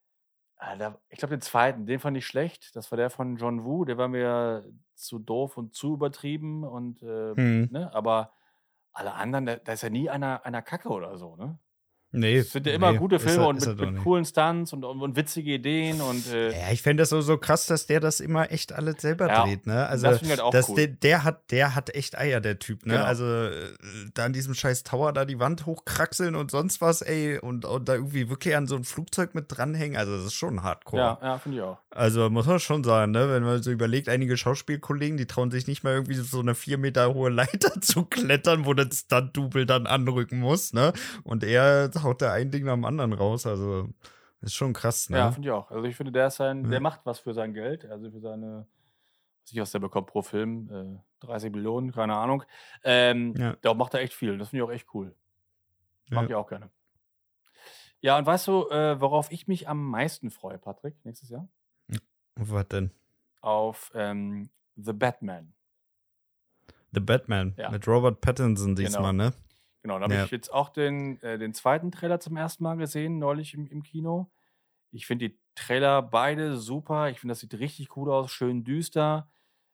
ich glaube den zweiten, den fand ich schlecht. Das war der von John Woo, der war mir zu doof und zu übertrieben. Und ne? Aber alle anderen, da ist ja nie einer Kacke oder so, ne? Nee. Es sind ja immer gute Filme und mit coolen Stunts und witzige Ideen. Und, ja, ich fände das so krass, dass der das immer echt alles selber dreht, ne? Also, das finde ich halt auch cool. Der hat echt Eier, der Typ, ne? Genau. Also, da an diesem scheiß Tower da die Wand hochkraxeln und sonst was, ey, und da irgendwie wirklich an so ein Flugzeug mit dranhängen, also das ist schon hardcore. Ja, finde ich auch. Also, muss man schon sagen, ne? Wenn man so überlegt, einige Schauspielkollegen, die trauen sich nicht mal irgendwie so eine 4 Meter hohe Leiter zu klettern, wo das Stunt-Double dann anrücken muss, ne? Und er haut da ein Ding nach dem anderen raus, also ist schon krass, ne? Ja, finde ich auch. Also ich finde, der macht was für sein Geld, also für seine, was der bekommt pro Film, 30 Millionen, keine Ahnung. Der macht da echt viel, das finde ich auch echt cool. Mag ich auch gerne. Ja, und weißt du, worauf ich mich am meisten freue, Patrick, nächstes Jahr? Was denn? Auf The Batman. The Batman, mit Robert Pattinson diesmal, ne? Genau, da habe ich jetzt auch den zweiten Trailer zum ersten Mal gesehen, neulich im Kino. Ich finde die Trailer beide super. Ich finde, das sieht richtig cool aus, schön düster.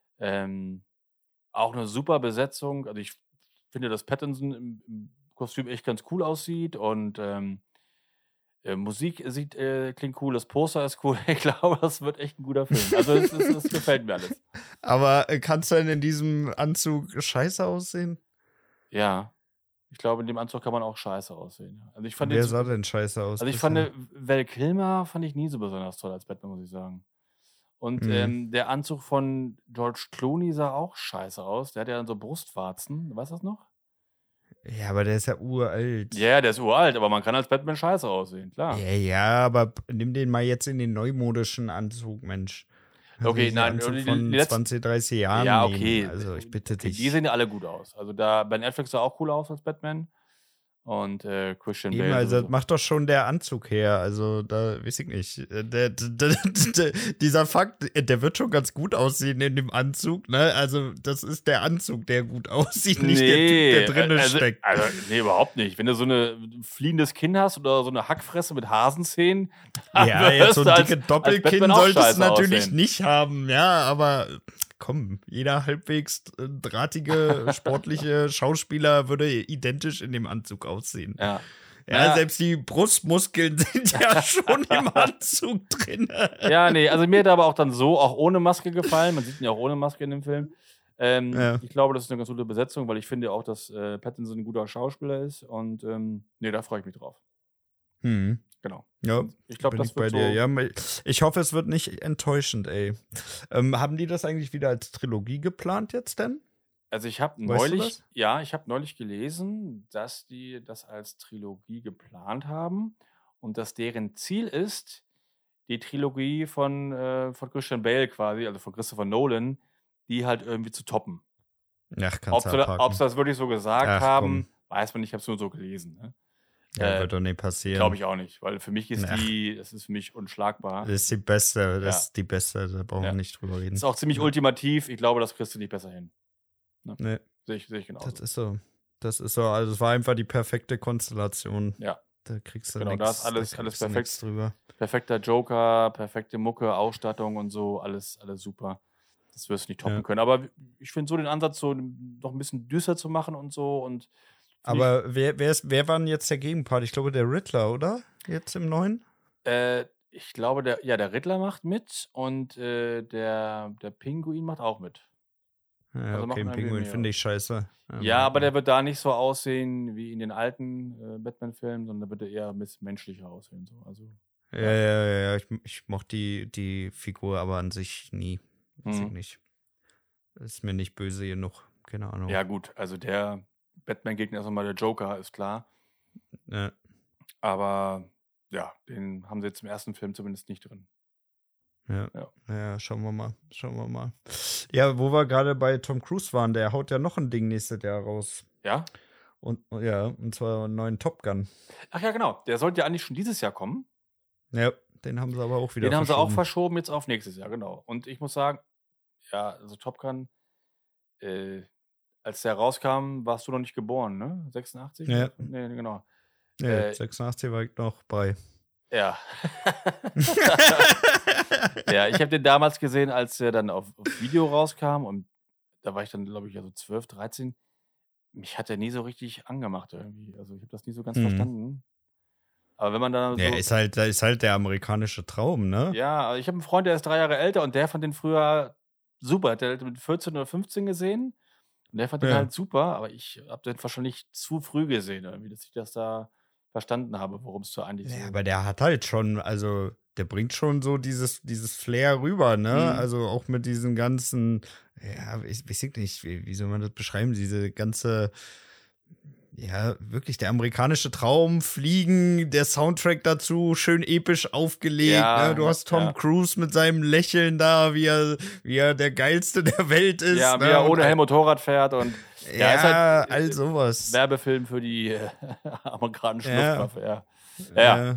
Auch eine super Besetzung. Also ich finde, dass Pattinson im Kostüm echt ganz cool aussieht und Musik klingt cool, das Poster ist cool. Ich glaube, das wird echt ein guter Film. Also es gefällt mir alles. Aber kannst du denn in diesem Anzug scheiße aussehen? Ja. Ich glaube, in dem Anzug kann man auch scheiße aussehen. Also ich fand Wer sah denn scheiße aus? Also ich fand, Val Kilmer fand ich nie so besonders toll als Batman, muss ich sagen. Und der Anzug von George Clooney sah auch scheiße aus. Der hat ja dann so Brustwarzen. Weißt du das noch? Ja, aber der ist ja uralt. Ja, der ist uralt, aber man kann als Batman scheiße aussehen, klar. Ja, aber nimm den mal jetzt in den neumodischen Anzug, Mensch. Okay, nein, Anzug von 20, 30 Jahren. Ja, okay. Also ich bitte dich. Die sehen ja alle gut aus. Also Ben Affleck sah auch cool aus als Batman. Und Christian Eben, Bale also das sowieso. macht doch schon der Anzug her. Also, da weiß ich nicht. Dieser Fakt, der wird schon ganz gut aussehen in dem Anzug, ne? Also, das ist der Anzug, der gut aussieht, nicht der Typ, der drinnen steckt. Nee, überhaupt nicht. Wenn du so ein fliehendes Kinn hast oder so eine Hackfresse mit Hasenzähnen, Ja, jetzt so ein als dicke Doppelkinn Batman auch solltest scheiße du natürlich aussehen. nicht haben, ja, aber komm, jeder halbwegs drahtige, sportliche Schauspieler würde identisch in dem Anzug aussehen. Ja. Ja, Naja. selbst die Brustmuskeln sind ja schon im Anzug drin. Ja, nee, also mir hat er aber auch dann so, auch ohne Maske gefallen. Man sieht ihn ja auch ohne Maske in dem Film. Ja. Ich glaube, das ist eine ganz gute Besetzung, weil ich finde auch, dass Pattinson ein guter Schauspieler ist. Und nee, da freue ich mich drauf. Hm. Genau. Ja, Ich glaube, bin das ich bei wird dir. so. Ja, ich hoffe, es wird nicht enttäuschend, ey. Haben die das eigentlich wieder als Trilogie geplant jetzt denn? Also ich habe Weißt du neulich, das? ich habe neulich gelesen, dass die das als Trilogie geplant haben und dass deren Ziel ist, die Trilogie von Christian Bale quasi, also von Christopher Nolan, die halt irgendwie zu toppen. Ach, kannst Ob du sie abhaken. das wirklich so gesagt Ach, haben, weiß man nicht, ich habe es nur so gelesen. Ne? Ja, wird doch nicht passieren. Glaube ich auch nicht, weil für mich ist Ach. das ist für mich unschlagbar. Das ist die beste, Ja. ist die beste, da brauchen wir Ja. nicht drüber reden. Ist auch ziemlich Ja. ultimativ, ich glaube, das kriegst du nicht besser hin. Nee, Sehe ich genauso. das ist so. Das ist so, also es war einfach die perfekte Konstellation. Ja. Da kriegst du Genau, nichts. da ist alles perfekt. Drüber. Perfekter Joker, perfekte Mucke, Ausstattung und so, alles super. Das wirst du nicht toppen Ja. können. Aber ich finde so den Ansatz, so noch ein bisschen düster zu machen und so. Und Aber wer war denn jetzt der Gegenpart? Ich glaube, der Riddler, oder? Jetzt im neuen? ich glaube, der Riddler macht mit und der Pinguin macht auch mit. Ja, Also okay, machen den irgendwie Pinguin mehr. finde ich scheiße. Ja, aber der wird da nicht so aussehen wie in den alten Batman-Filmen, sondern da wird er eher ein bisschen menschlicher aussehen. So. Also, Ja. Ich mochte die Figur aber an sich nie. Weiß ich Mhm. nicht. Ist mir nicht böse genug. Keine Ahnung. ja, gut, also der Batman-Gegner ist nochmal der Joker, ist klar. Ja. Aber ja, den haben sie jetzt im ersten Film zumindest nicht drin. Ja, schauen wir mal. Ja, wo wir gerade bei Tom Cruise waren, der haut ja noch ein Ding nächstes Jahr raus. Ja? Und zwar einen neuen Top Gun. Ach ja, genau. Der sollte ja eigentlich schon dieses Jahr kommen. Ja, den haben sie aber auch wieder Den haben sie auch verschoben. verschoben jetzt auf nächstes Jahr, genau. Und ich muss sagen, ja, also Top Gun, als der rauskam, warst du noch nicht geboren, ne? 86? Ja. Nee, genau. Ja, 86 war ich noch bei. Ja. Ja, ich habe den damals gesehen, als er dann auf Video rauskam und da war ich dann, glaube ich, also 12, 13. Mich hat er nie so richtig angemacht irgendwie. Also ich habe das nie so ganz verstanden. Aber wenn man dann so. Ja, ist halt der amerikanische Traum, ne? Ja, ich habe einen Freund, der ist 3 Jahre älter und der fand den früher super. Der hat den mit 14 oder 15 gesehen und der fand den Ja. halt super, aber ich habe den wahrscheinlich zu früh gesehen, irgendwie, dass ich das da verstanden habe, worum es so eigentlich Ja, so. aber der hat halt schon, also der bringt schon so dieses Flair rüber, ne? Mhm. Also auch mit diesen ganzen, ja, ich weiß nicht, wie soll man das beschreiben? Diese ganze, ja, wirklich der amerikanische Traum, Fliegen, der Soundtrack dazu, schön episch aufgelegt. Ja, Ne? Du hast Tom ja. Cruise mit seinem Lächeln da, wie er der Geilste der Welt ist. Ja, ne? wie er Und ohne Helm Motorrad fährt und Ja, ist halt, all sowas. Werbefilm für die amerikanische Ja. Luftwaffe, ja.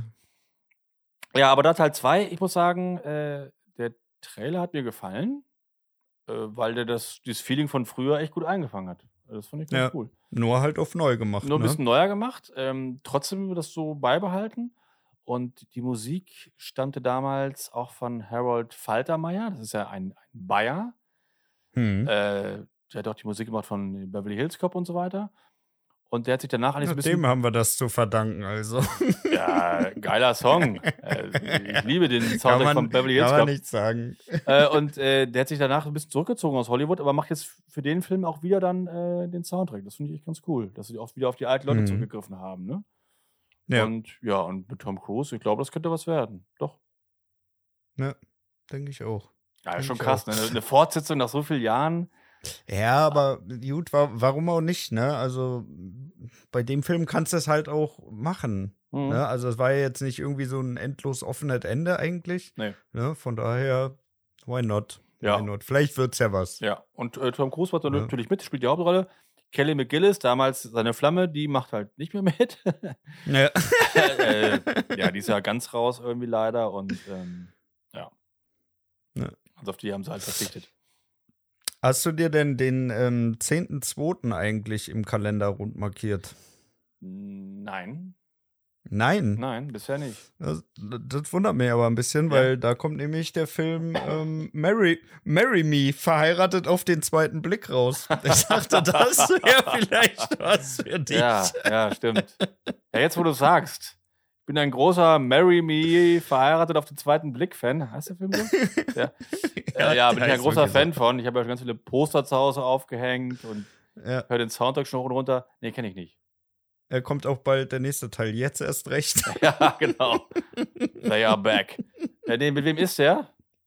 Ja, aber da Teil 2, ich muss sagen, der Trailer hat mir gefallen, weil der dieses Feeling von früher echt gut eingefangen hat. Das fand ich ganz cool. Nur halt auf neu gemacht. Nur ein ne? bisschen neuer gemacht, trotzdem das so beibehalten. Und die Musik stammte damals auch von Harold Faltermeyer, das ist ja ein Bayer. Hm. Der hat auch die Musik gemacht von Beverly Hills Cop und so weiter. Und der hat sich danach eigentlich ein Dem bisschen. haben wir das zu verdanken, also. Ja, geiler Song. Ich liebe den Soundtrack von Beverly Hills Kann man Cop. nicht sagen. Und der hat sich danach ein bisschen zurückgezogen aus Hollywood, aber macht jetzt für den Film auch wieder dann den Soundtrack. Das finde ich echt ganz cool, dass sie auch wieder auf die alten Leute zurückgegriffen haben. Ne? Ja. Und mit Tom Cruise, ich glaube, das könnte was werden. Doch. Ja, denke ich auch. Ja, Denk schon ich krass, auch. ne? Eine Fortsetzung nach so vielen Jahren. Ja, aber gut, warum auch nicht, ne? Also bei dem Film kannst du es halt auch machen. Mhm. Ne? Also es war ja jetzt nicht irgendwie so ein endlos offenes Ende eigentlich. Nee. Ne? Von daher, why not? Ja. Why not? Vielleicht wird's ja was. Ja, und Tom Cruise macht da Ja. natürlich mit, spielt die Hauptrolle. Kelly McGillis, damals seine Flamme, die macht halt nicht mehr mit. Ja. Ja, die ist ja ganz raus irgendwie leider und ja. Ja. Also auf die haben sie halt verzichtet. Hast du dir denn den 10.2. eigentlich im Kalender rund markiert? Nein, Nein. bisher nicht. Das wundert mich aber ein bisschen, Ja. weil da kommt nämlich der Film Marry Me, verheiratet auf den zweiten Blick raus. Ich dachte, das wäre vielleicht was für dich. Ja, stimmt. Ja, jetzt wo du sagst, ich bin ein großer Marry Me, verheiratet auf den zweiten Blick-Fan. Heißt der Film so? Ja, bin ich ein heißt großer wirklich Fan so. von. Ich habe ja schon ganz viele Poster zu Hause aufgehängt und Ja, höre den Soundtrack schon hoch und runter. Nee, kenne ich nicht. er kommt auch bald der nächste Teil. Jetzt erst recht. Ja, genau. They are back. Nee, mit wem ist der?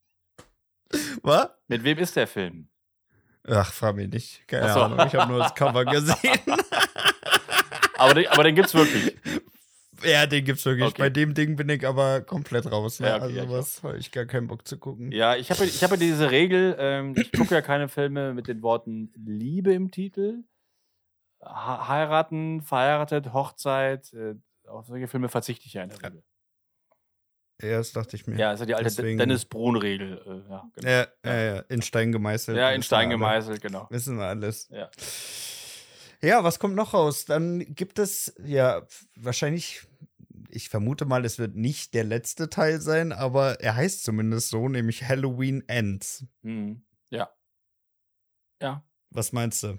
Was? Mit wem ist der Film? Ach, frag mich nicht. Keine Ach so. Ahnung. Ich habe nur das Cover gesehen. Aber den gibt's wirklich. Ja, den gibt's wirklich. Okay. Bei dem Ding bin ich aber komplett raus. Ne? Ja, okay, also ja, was habe ich gar keinen Bock zu gucken. Ja, ich hab ja diese Regel, ich gucke ja keine Filme mit den Worten Liebe im Titel. Heiraten, verheiratet, Hochzeit, auf solche Filme verzichte ich ja in der Regel. Ja, das dachte ich mir. Ja, ist ja die alte Deswegen- Dennis Brun-Regel. Ja, genau. Ja. In Stein gemeißelt. Ja, in Wissen Stein wir alle. gemeißelt, genau. Wissen wir alles. Ja. Ja, was kommt noch raus? Dann gibt es ja wahrscheinlich, ich vermute mal, es wird nicht der letzte Teil sein, aber er heißt zumindest so, nämlich Halloween Ends. Ja. Ja. Was meinst du?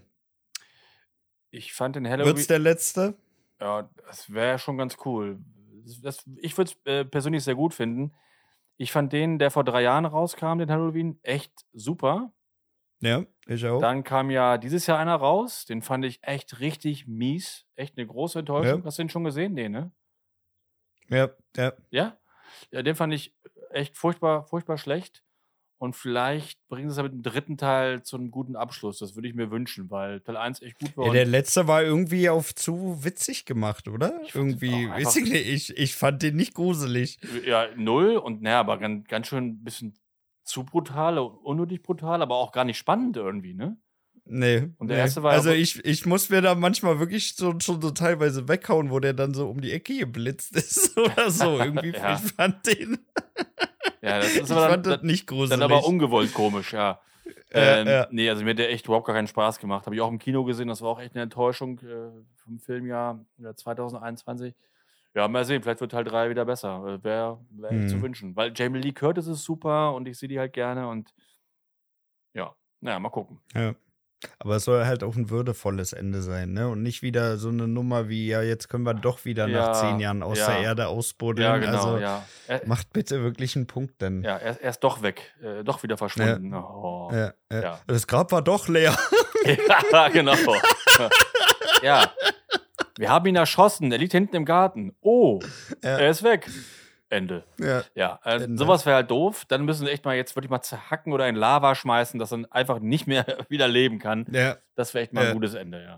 Ich fand den Wird's Halloween. der letzte? Ja, das wäre schon ganz cool. Ich würde es persönlich sehr gut finden. Ich fand den, der vor 3 Jahren rauskam, den Halloween, echt super. Ja, ich auch. Dann kam ja dieses Jahr einer raus, den fand ich echt richtig mies. Echt eine große Enttäuschung. Ja. Hast du den schon gesehen? Nee, ne? Ja. Ja? Ja, den fand ich echt furchtbar, furchtbar schlecht. Und vielleicht bringen sie es ja mit dem 3. Teil zu einem guten Abschluss. Das würde ich mir wünschen, weil Teil 1 echt gut war. Ja, und- der letzte war irgendwie auf zu witzig gemacht, oder? Ich fand Irgendwie, auch weiß ich nicht, ich fand den nicht gruselig. Ja, 0 und naja, aber ganz schön ein bisschen zu brutal, unnötig brutal, aber auch gar nicht spannend irgendwie, ne? Nee. Und der nee. erste war also aber- ich muss mir da manchmal wirklich schon so teilweise weghauen, wo der dann so um die Ecke geblitzt ist oder so. Irgendwie, Ja. ich fand den. Ja, das ist Ich aber fand das dann, nicht gruselig. dann aber ungewollt komisch, ja. Ja. Nee, also mir hat der echt überhaupt gar keinen Spaß gemacht. Habe ich auch im Kino gesehen, das war auch echt eine Enttäuschung vom Filmjahr 2021. Ja, mal sehen, vielleicht wird Teil 3 wieder besser. Wäre echt zu wünschen. Weil Jamie Lee Curtis ist super und ich sehe die halt gerne und ja, naja, mal gucken. Ja. Aber es soll halt auch ein würdevolles Ende sein, ne? Und nicht wieder so eine Nummer wie, ja, jetzt können wir doch wieder Ja, nach 10 Jahren aus ja. der Erde ausbuddeln. Ja, genau, also ja. macht bitte wirklich einen Punkt dann. Ja, er ist doch weg, doch wieder verschwunden. Oh. Ja. Ja. Das Grab war doch leer. Ja, genau. Ja. Wir haben ihn erschossen, er liegt hinten im Garten. Oh, Ja. er ist weg. Ende. Ja. Ja, Ende. sowas wäre halt doof. Dann müssen sie echt mal jetzt wirklich mal zerhacken oder in Lava schmeißen, dass er einfach nicht mehr wieder leben kann. Ja. Das wäre echt mal Ja. ein gutes Ende, ja.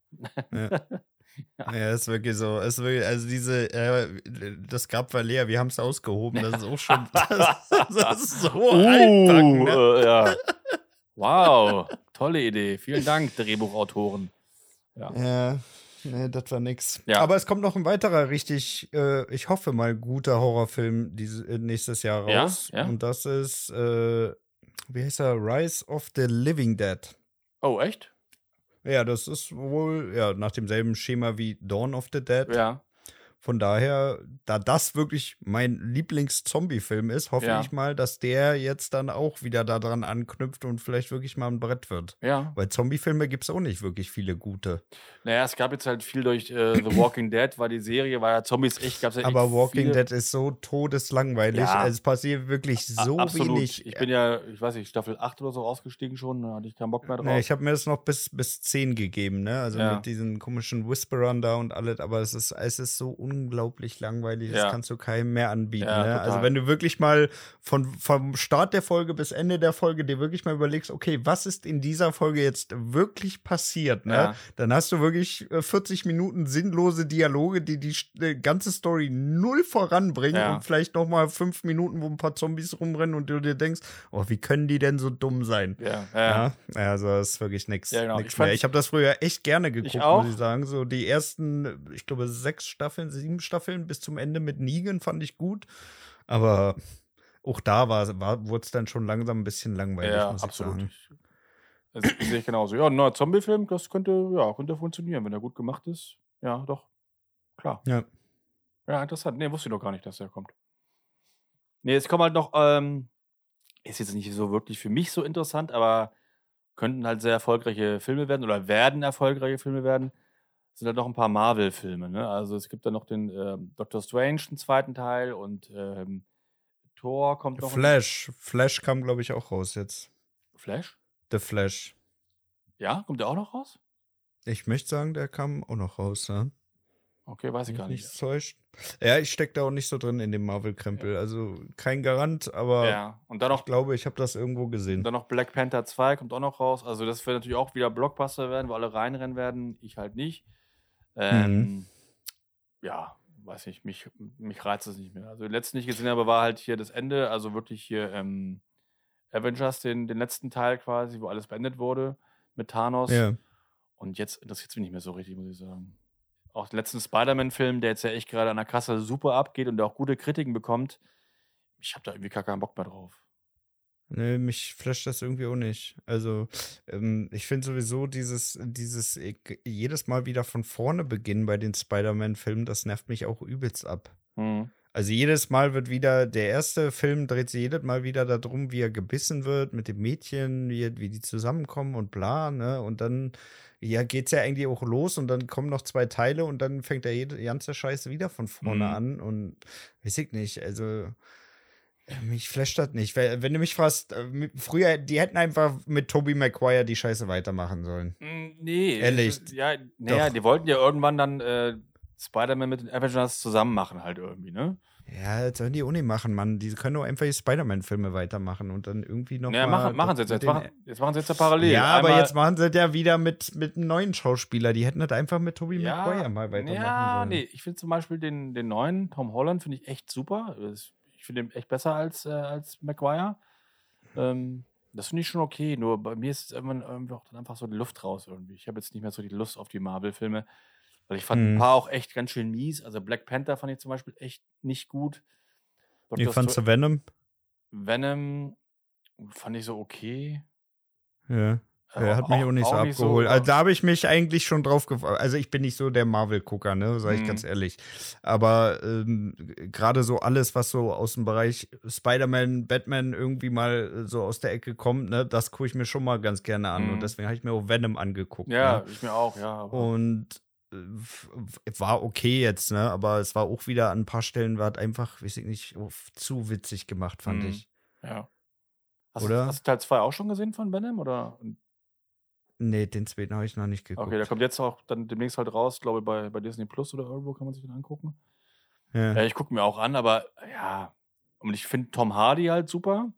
Ja, ist wirklich so. Ist wirklich, also das Grab war leer, wir haben es ausgehoben. Das ist auch schon, das ist so altbacken, ne? Ja. Wow, tolle Idee. Vielen Dank, Drehbuchautoren. Ja, nee, das war nix. Ja. Aber es kommt noch ein weiterer richtig, ich hoffe mal, guter Horrorfilm nächstes Jahr Ja, raus. ja. Und das ist, wie heißt er? Rise of the Living Dead. Oh, echt? Ja, das ist wohl nach demselben Schema wie Dawn of the Dead. Ja. Von daher, da das wirklich mein Lieblings-Zombie-Film ist, hoffe Ja. ich mal, dass der jetzt dann auch wieder daran anknüpft und vielleicht wirklich mal ein Brett wird. Ja. Weil Zombie-Filme gibt es auch nicht wirklich viele gute. Naja, es gab jetzt halt viel durch The Walking Dead, weil die Serie war ja Zombies echt, gab's ja echt Aber Walking viele. Dead ist so todeslangweilig. Ja. Also es passiert wirklich so Absolut. wenig. Ich bin ja, ich weiß nicht, Staffel 8 oder so ausgestiegen schon, da hatte ich keinen Bock mehr drauf. Nee, ich habe mir das noch bis 10 gegeben, ne? Also Ja. mit diesen komischen Whisperern da und alles, aber es ist so unglaublich unglaublich langweilig. Das Ja. kannst du keinem mehr anbieten. Ja, Ne? total. Also wenn du wirklich mal vom Start der Folge bis Ende der Folge dir wirklich mal überlegst, okay, was ist in dieser Folge jetzt wirklich passiert, ne? Ja. Dann hast du wirklich 40 Minuten sinnlose Dialoge, die ganze Story null voranbringen Ja. und vielleicht noch mal 5 Minuten, wo ein paar Zombies rumrennen und du dir denkst, oh, wie können die denn so dumm sein? Ja. Also das ist wirklich nichts Ja, genau. mehr. Ich habe das früher echt gerne geguckt, auch. muss ich sagen. So die ersten, ich glaube, 7 Staffeln bis zum Ende mit Negan fand ich gut. Aber auch da wurde es dann schon langsam ein bisschen langweilig, Ja, muss absolut. ich sagen. Das sehe ich genauso. Ja, ein neuer Zombie-Film, das könnte funktionieren, wenn er gut gemacht ist. Ja, doch. Klar. Ja. Ja, interessant. Nee, wusste ich doch gar nicht, dass der kommt. Nee, es kommt halt noch, ist jetzt nicht so wirklich für mich so interessant, aber könnten halt sehr erfolgreiche Filme werden oder werden erfolgreiche Filme werden. Sind halt noch ein paar Marvel-Filme, ne? Also es gibt dann noch den Doctor Strange, den zweiten Teil und Thor kommt noch. Flash kam, glaube ich, auch raus jetzt. Flash? The Flash. Ja, kommt der auch noch raus? Ich möchte sagen, der kam auch noch raus, ja. Okay, weiß ich gar nicht. Täuscht. Ja, ich stecke da auch nicht so drin in dem Marvel-Krempel. Ja. Also kein Garant, aber ja. Und dann noch, ich glaube, ich habe das irgendwo gesehen. Und dann noch Black Panther 2 kommt auch noch raus. Also das wird natürlich auch wieder Blockbuster werden, wo alle reinrennen werden. Ich halt nicht. Ja, weiß nicht, mich reizt es nicht mehr. Also den letzten, den ich gesehen habe, war halt hier das Ende. Also wirklich hier Avengers, den letzten Teil quasi, wo alles beendet wurde mit Thanos. Ja. Und jetzt interessiert es mich nicht mehr so richtig, muss ich sagen. Auch den letzten Spider-Man-Film, der jetzt ja echt gerade an der Kasse super abgeht und der auch gute Kritiken bekommt. Ich habe da irgendwie gar keinen Bock mehr drauf. Nee, mich flasht das irgendwie auch nicht. Also, ich finde sowieso dieses jedes Mal wieder von vorne beginnen bei den Spider-Man-Filmen, das nervt mich auch übelst ab. Mhm. Also jedes Mal wird wieder, der erste Film dreht sich jedes Mal wieder darum, wie er gebissen wird mit dem Mädchen, wie die zusammenkommen und bla, ne? Und dann, ja, geht's ja eigentlich auch los und dann kommen noch 2 Teile und dann fängt der ganze Scheiße wieder von vorne an und weiß ich nicht, also mich flasht das nicht. Wenn du mich fragst, früher, die hätten einfach mit Tobey Maguire die Scheiße weitermachen sollen. Nee. Ehrlich. Ja, die wollten ja irgendwann dann Spider-Man mit den Avengers zusammen machen halt irgendwie, ne? Ja, das sollen die auch nicht machen, Mann. Die können doch einfach die Spider-Man-Filme weitermachen und dann irgendwie noch Ja, machen sie jetzt. Jetzt machen sie jetzt ja parallel. Ja, aber jetzt machen sie das ja wieder mit einem neuen Schauspieler. Die hätten das einfach mit Tobey Maguire mal weitermachen sollen. Nee, ich finde zum Beispiel den neuen Tom Holland finde ich echt super. Ich finde ihn echt besser als Maguire. Das finde ich schon okay. Nur bei mir ist irgendwie auch dann einfach so die Luft raus irgendwie. Ich habe jetzt nicht mehr so die Lust auf die Marvel-Filme. Weil ich fand ein paar auch echt ganz schön mies. Also Black Panther fand ich zum Beispiel echt nicht gut. Wie fandst du Venom? Venom fand ich so okay. Ja. Hat mich auch nicht so abgeholt. Also da habe ich mich eigentlich schon drauf gefreut. Also ich bin nicht so der Marvel-Gucker, ne, sage ich ganz ehrlich. Aber gerade so alles, was so aus dem Bereich Spider-Man, Batman irgendwie mal so aus der Ecke kommt, ne, das gucke ich mir schon mal ganz gerne an. Und deswegen habe ich mir auch Venom angeguckt. Ja, ne? Ich mir auch, ja. Und war okay jetzt, ne? Aber es war auch wieder an ein paar Stellen, war einfach, weiß ich nicht, zu witzig gemacht, fand ich. Ja. Hast du Teil 2 auch schon gesehen von Venom, oder? Nee, den zweiten habe ich noch nicht geguckt. Okay, der kommt jetzt auch dann demnächst halt raus, glaube ich, bei Disney Plus oder irgendwo kann man sich den angucken. Ja. Ich gucke mir auch an, aber ja, und ich finde Tom Hardy halt super.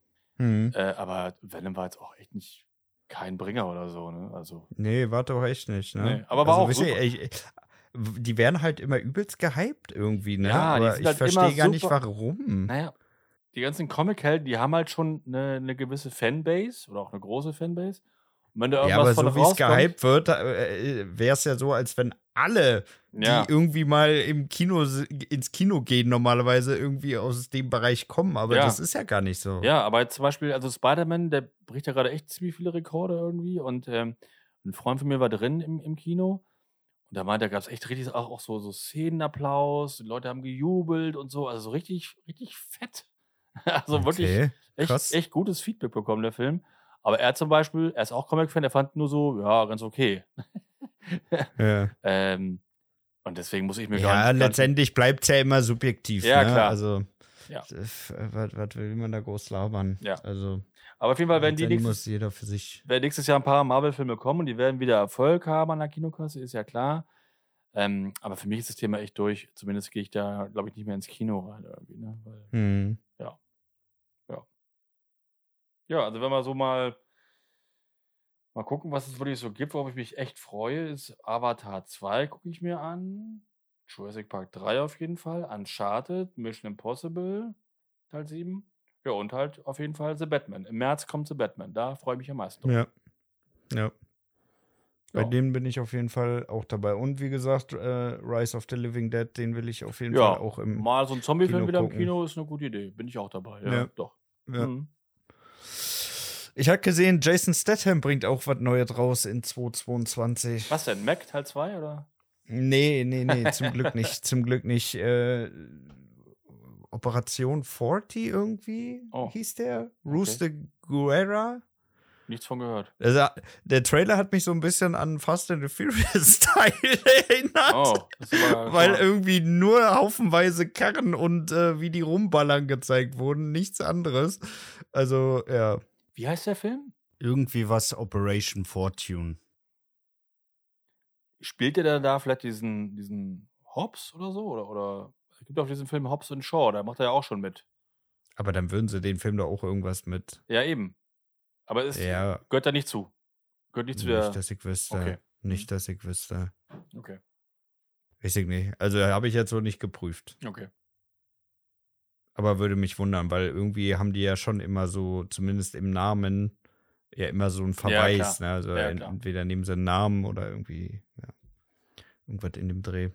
Aber Venom war jetzt auch echt nicht kein Bringer oder so, ne? Also. Nee, war doch echt nicht, ne? Nee, aber war auch super. Die werden halt immer übelst gehypt irgendwie, ne? Ja, aber ich halt verstehe gar nicht, warum. Naja, die ganzen Comic-Helden, die haben halt schon eine gewisse Fanbase oder auch eine große Fanbase. Und wenn da irgendwas aber von so wie es gehypt wird, wäre es ja so, als wenn alle, die irgendwie mal ins Kino gehen, normalerweise irgendwie aus dem Bereich kommen. Aber das ist ja gar nicht so. Ja, aber jetzt zum Beispiel, also Spider-Man, der bricht ja gerade echt ziemlich viele Rekorde irgendwie. Und ein Freund von mir war drin im Kino. Und da meinte er, gab es echt richtig auch so Szenenapplaus. Die Leute haben gejubelt und so. Also so richtig, richtig fett. Also wirklich echt gutes Feedback bekommen, der Film. Aber er zum Beispiel, er ist auch Comic-Fan, er fand nur so, ja, ganz okay. Ja. Und deswegen muss ich mir Ja, letztendlich bleibt es ja immer subjektiv. Ja, ne? klar. Also, was will man da groß labern? Ja. Also, aber auf jeden Fall, wenn jeder für sich. Wenn nächstes Jahr ein paar Marvel-Filme kommen und die werden wieder Erfolg haben an der Kinokasse, ist ja klar. Aber für mich ist das Thema echt durch. Zumindest gehe ich da, glaube ich, nicht mehr ins Kino rein irgendwie, ne? Weil, ja. Ja, also wenn wir so mal gucken, was es wirklich so gibt, worauf ich mich echt freue, ist Avatar 2 gucke ich mir an. Jurassic Park 3 auf jeden Fall. Uncharted, Mission Impossible, Teil 7. Ja, und halt auf jeden Fall The Batman. Im März kommt The Batman. Da freue ich mich am meisten drauf. Ja. Bei Ja. denen bin ich auf jeden Fall auch dabei. Und wie gesagt, Rise of the Living Dead, den will ich auf jeden Fall auch im mal so ein Zombie-Film Kino wieder im gucken. Kino ist eine gute Idee. Bin ich auch dabei. Ja. Doch. Ja. Mhm. Ich habe gesehen, Jason Statham bringt auch was Neues raus in 2022. Was denn? Mac Teil 2 oder? Nee, zum Glück nicht. Zum Glück nicht. Operation 40 irgendwie hieß der. Rooster Guerra. Nichts von gehört. Also, der Trailer hat mich so ein bisschen an Fast and the Furious Teil erinnert. Weil irgendwie nur haufenweise Karren und wie die rumballern gezeigt wurden. Nichts anderes. Also, ja. Wie heißt der Film? Irgendwie was Operation Fortune. Spielt der da vielleicht diesen Hobbs oder so? Oder es gibt auch diesen Film Hobbs und Shaw, da macht er ja auch schon mit. Aber dann würden sie den Film doch auch irgendwas mit. Ja, eben. Aber es gehört da nicht zu. Gehört nicht zu der. Nicht, dass ich wüsste. Okay. Nicht, dass ich wüsste. Okay. Weiß ich nicht. Also habe ich jetzt so nicht geprüft. Okay. Aber würde mich wundern, weil irgendwie haben die ja schon immer so, zumindest im Namen, ja immer so einen Verweis. Ne? Also entweder nehmen sie einen Namen oder irgendwie, irgendwas in dem Dreh.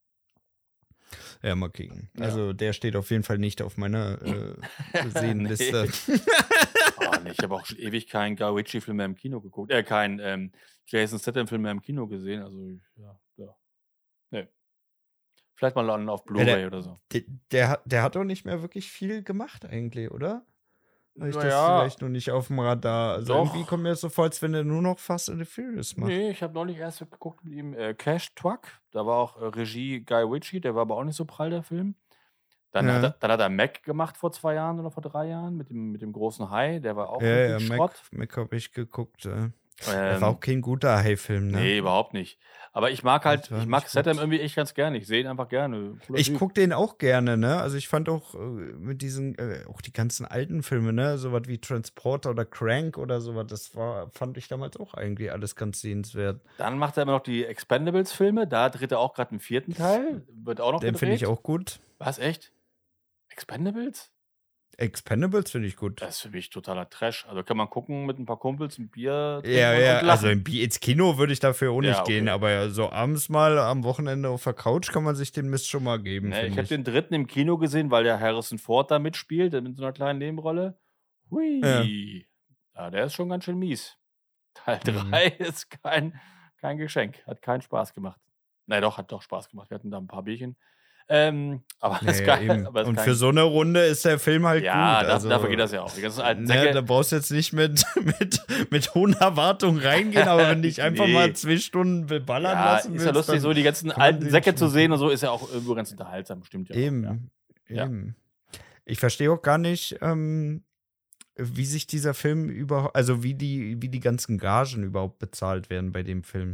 Ja, mal kicken. Ja. Also der steht auf jeden Fall nicht auf meiner Sehenliste. Ich habe auch schon ewig keinen Guy Ritchie-Film mehr im Kino geguckt. Keinen Jason Statham-Film mehr im Kino gesehen. Also, ja. Nee. Vielleicht mal auf Blu-ray oder so. Der hat doch nicht mehr wirklich viel gemacht eigentlich, oder? Habe ich das vielleicht noch nicht auf dem Radar? Also irgendwie kommt mir das so vor, als wenn er nur noch Fast and the Furious macht. Nee, ich habe neulich erst geguckt mit ihm Cash Truck. Da war auch Regie Guy Ritchie, der war aber auch nicht so prall, der Film. Dann hat er Mac gemacht vor 2 Jahren oder vor 3 Jahren mit dem großen Hai. Der war auch richtig Schrott. Mac habe ich geguckt. Der war auch kein guter Hai-Film, ne? Nee, überhaupt nicht. Aber ich mag Statham irgendwie echt ganz gerne. Ich sehe ihn einfach gerne. Ich gucke den auch gerne, ne? Also ich fand auch mit diesen, auch die ganzen alten Filme, ne? Sowas wie Transporter oder Crank oder sowas, fand ich damals auch eigentlich alles ganz sehenswert. Dann macht er immer noch die Expendables-Filme. Da dreht er auch gerade einen 4. Teil. Wird auch noch gedreht. Den finde ich auch gut. Was, echt? Expendables? Expendables finde ich gut. Das ist für mich totaler Trash. Also kann man gucken mit ein paar Kumpels, ein Bier trinken und also ins Kino würde ich dafür auch nicht gehen, aber so abends mal am Wochenende auf der Couch kann man sich den Mist schon mal geben. Ich habe den 3. im Kino gesehen, weil der Harrison Ford da mitspielt, mit so einer kleinen Nebenrolle. Hui. Ja, der ist schon ganz schön mies. Teil 3 ist kein Geschenk. Hat keinen Spaß gemacht. Nein, hat doch Spaß gemacht. Wir hatten da ein paar Bierchen. Aber das aber und für so eine Runde ist der Film halt gut. Ja, dafür geht das ja auch. Die ganzen alten Säcke. Da brauchst du jetzt nicht mit hohen Erwartungen reingehen, aber wenn dich einfach mal 2 Stunden beballern lassen willst. Ist ja lustig, so die ganzen alten Säcke zu sehen und so, ist ja auch irgendwo ganz unterhaltsam, stimmt ja. Eben. Ich verstehe auch gar nicht, wie sich dieser Film überhaupt, also wie die ganzen Gagen überhaupt bezahlt werden bei dem Film.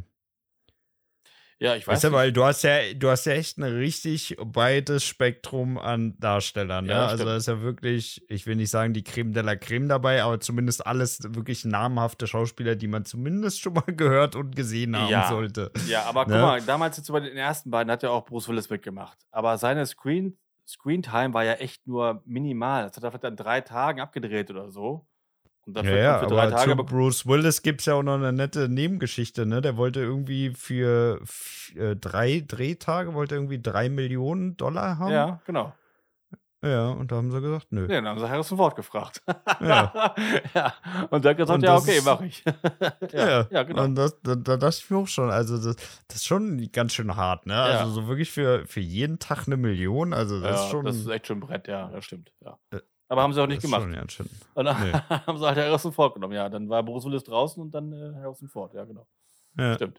Ja, ich weiß nicht. Weil du hast ja echt ein richtig breites Spektrum an Darstellern. Ne? Ja, also da ist ja wirklich, ich will nicht sagen die Creme de la Creme dabei, aber zumindest alles wirklich namhafte Schauspieler, die man zumindest schon mal gehört und gesehen haben sollte. Ja, aber guck mal, damals jetzt bei den ersten beiden hat ja auch Bruce Willis mitgemacht. Aber seine Screentime war ja echt nur minimal. Das hat er vielleicht an 3 Tagen abgedreht oder so. Und für 3 Tage. Zu Bruce Willis gibt es ja auch noch eine nette Nebengeschichte, ne? Der wollte irgendwie für 3 Drehtage irgendwie $3 Millionen haben. Ja, genau. Ja, und da haben sie gesagt, nö. Ja, dann haben sie Harrison Ford gefragt. Ja. Und dann gesagt, okay, mach ich. ja, genau. Und da dachte ich mir auch schon, also das ist schon ganz schön hart, ne? Also so wirklich für jeden Tag 1 Million, also das ist schon. Das ist echt schon ein Brett, ja, das stimmt, ja. Aber haben sie auch nicht gemacht. Schon, und dann haben sie halt Harrison Ford genommen. Ja, dann war Bruce Willis draußen und dann Harrison Ford. Ja, genau. Ja. Stimmt.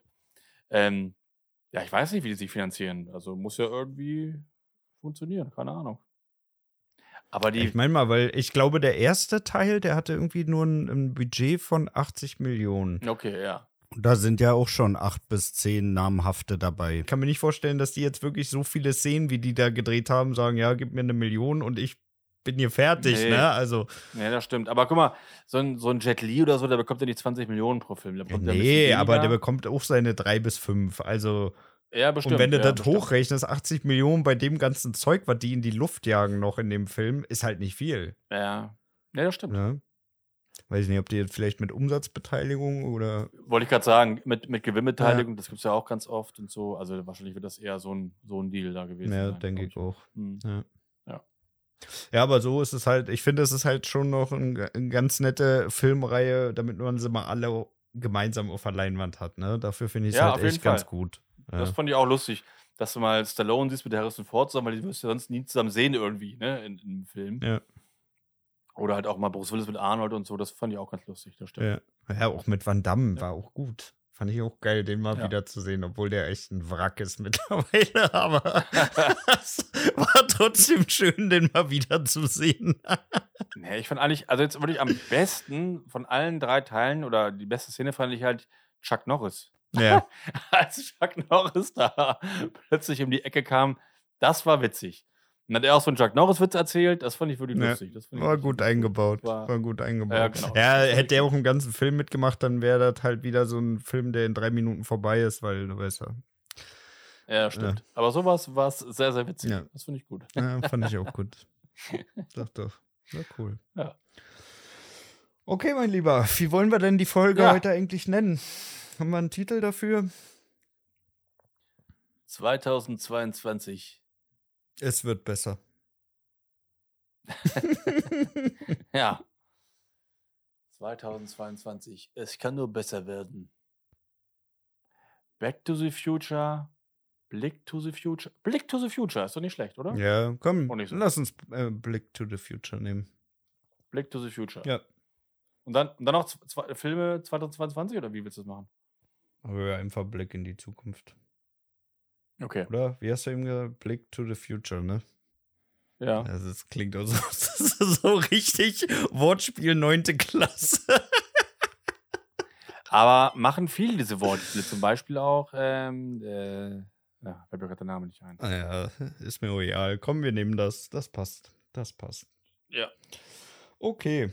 Ich weiß nicht, wie die sich finanzieren. Also muss ja irgendwie funktionieren. Keine Ahnung. Aber ich meine mal, weil ich glaube, der erste Teil, der hatte irgendwie nur ein Budget von 80 Millionen. Okay, ja. Und da sind ja auch schon 8 bis 10 namhafte dabei. Ich kann mir nicht vorstellen, dass die jetzt wirklich so viele Szenen, wie die da gedreht haben, sagen, ja, gib mir 1 Million und ich bin hier fertig, Nee. ne? Also. Ja, das stimmt. Aber guck mal, so ein Jet Li oder so, der bekommt ja nicht 20 Millionen pro Film. Der bekommt ja ein bisschen Nee, aber der weniger. bekommt auch seine 3 bis 5. Also. Ja, Und bestimmt. wenn du ja, das hochrechnest, 80 Millionen bei dem ganzen Zeug, was die in die Luft jagen noch in dem Film, ist halt nicht viel. Ja, das stimmt. Ne? Weiß ich nicht, ob die jetzt vielleicht mit Umsatzbeteiligung oder. Wollte ich gerade sagen, mit Gewinnbeteiligung, das gibt es ja auch ganz oft und so. Also wahrscheinlich wird das eher so ein Deal da gewesen Ja, sein. denke ich auch. Ja. Ja, aber so ist es halt, ich finde, es ist halt schon noch eine ganz nette Filmreihe, damit man sie mal alle gemeinsam auf der Leinwand hat, ne? Dafür finde ich es Ja, halt auf jeden echt ganz Fall. gut. Das fand ich auch lustig, dass du mal Stallone siehst mit Harrison Ford zusammen, weil die wirst du ja sonst nie zusammen sehen irgendwie, ne, in einem Film. Ja. Oder halt auch mal Bruce Willis mit Arnold und so, das fand ich auch ganz lustig, das stimmt. Ja, auch mit Van Damme war auch gut. Fand ich auch geil, den mal wieder zu sehen, obwohl der echt ein Wrack ist mittlerweile. Aber es war trotzdem schön, den mal wieder zu sehen. Nee, ich fand eigentlich, also jetzt wirklich am besten von allen 3 Teilen oder die beste Szene fand ich halt Chuck Norris. Ja. Als Chuck Norris da plötzlich um die Ecke kam, das war witzig. Und dann hat er auch so einen Chuck Norris-Witz erzählt, das fand ich wirklich lustig. Das fand ich War richtig gut eingebaut. War gut eingebaut. Ja, genau. Ja, hätte er auch einen ganzen Film mitgemacht, dann wäre das halt wieder so ein Film, der in 3 Minuten vorbei ist, weil du weißt ja. Ja, stimmt. Aber sowas war es sehr, sehr witzig. Ja. Das finde ich gut. Ja, fand ich auch gut. Doch. Ja, cool. Ja. Okay, mein Lieber, wie wollen wir denn die Folge heute eigentlich nennen? Haben wir einen Titel dafür? 2022. Es wird besser. Ja. 2022. Es kann nur besser werden. Back to the Future. Blick to the Future. Blick to the Future ist doch nicht schlecht, oder? Ja, komm, nicht so. lass uns Blick to the Future nehmen. Blick to the Future. Ja. Und dann noch Filme 2022 oder wie willst du das machen? Aber einfach Blick in die Zukunft. Okay. Oder? Wie hast du eben gesagt? Blick to the Future, ne? Ja. Also das klingt auch so, das ist so richtig Wortspiel 9. Klasse. Aber machen viele diese Wortspiele, zum Beispiel auch, fällt mir gerade der Name nicht ein. Ja, ist mir egal. Komm, wir nehmen das. Das passt. Ja. Okay.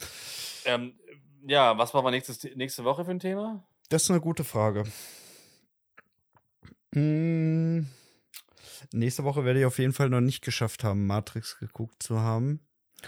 Ja, was machen wir nächste Woche für ein Thema? Das ist eine gute Frage. Nächste Woche werde ich auf jeden Fall noch nicht geschafft haben, Matrix geguckt zu haben.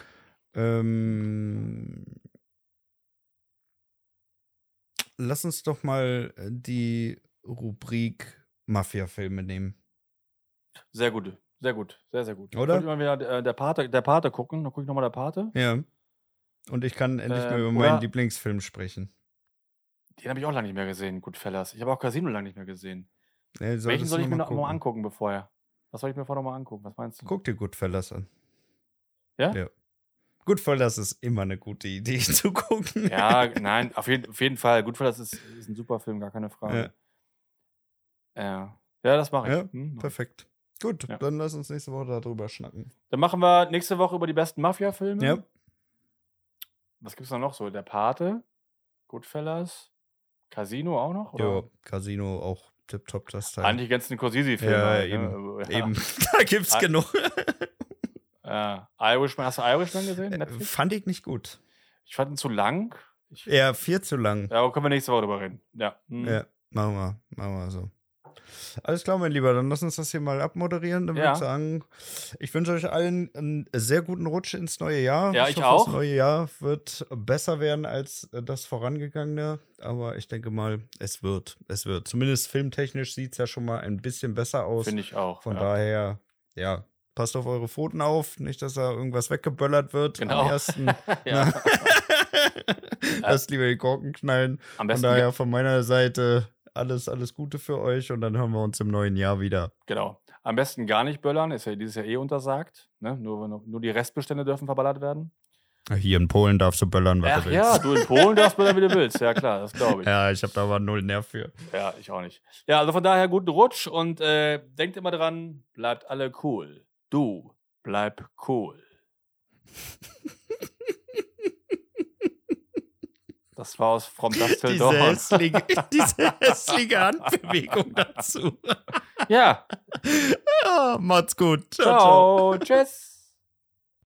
Lass uns doch mal die Rubrik Mafia-Filme nehmen. Sehr gut. Sehr, sehr gut. Oder? Ich wollte immer wieder der Pate gucken. Dann gucke ich nochmal der Pate. Ja. Und ich kann endlich mal über meinen Lieblingsfilm sprechen. Den habe ich auch lange nicht mehr gesehen, Goodfellas. Ich habe auch Casino lange nicht mehr gesehen. Ja, welchen soll ich mir noch mal angucken vorher? Was soll ich mir vorher noch mal angucken? Was meinst du? Guck dir Goodfellas an. Ja? Ja. Goodfellas ist immer eine gute Idee zu gucken. Ja, nein, auf jeden Fall. Goodfellas ist ein super Film, gar keine Frage. Ja, das mache ich. Ja, perfekt. Gut, dann lass uns nächste Woche darüber schnacken. Dann machen wir nächste Woche über die besten Mafia-Filme. Ja. Was gibt's da noch so? Der Pate, Goodfellas, Casino auch noch? Oder? Ja, Casino auch tipptopp das Teil. Eigentlich ganz ein Corsisi-Film. Ja, halt, eben. Ne? Eben. Da gibt's genug. Irishman, hast du Irishman gesehen? Netflix? Fand ich nicht gut. Ich fand ihn zu lang. Ja, viel zu lang. Ja, aber können wir nächste Woche drüber reden. Ja. Ja, machen wir so. Alles klar, mein Lieber, dann lass uns das hier mal abmoderieren. Dann würde ich sagen, ich wünsche euch allen einen sehr guten Rutsch ins neue Jahr. Ja, ich hoffe, auch. Das neue Jahr wird besser werden als das vorangegangene. Aber ich denke mal, es wird. Zumindest filmtechnisch sieht es ja schon mal ein bisschen besser aus. Finde ich auch. Von daher, ja, passt auf eure Pfoten auf. Nicht, dass da irgendwas weggeböllert wird am ersten. Lasst lieber die Korken knallen. Am besten von daher von meiner Seite alles Gute für euch und dann hören wir uns im neuen Jahr wieder. Genau. Am besten gar nicht böllern, ist ja dieses Jahr untersagt. Ne? Nur die Restbestände dürfen verballert werden. Hier in Polen darfst du böllern, was du willst. Ja, du in Polen darfst böllern, wie du willst. Ja, klar, das glaube ich. Ja, ich habe da aber null Nerv für. Ja, ich auch nicht. Ja, also von daher guten Rutsch und denkt immer dran, bleibt alle cool. Du, bleib cool. Das war aus From Dusk Till Diese Dawn. diese hässliche Handbewegung dazu. Ja, Ja, macht's gut. Ciao, ciao. ciao, tschüss.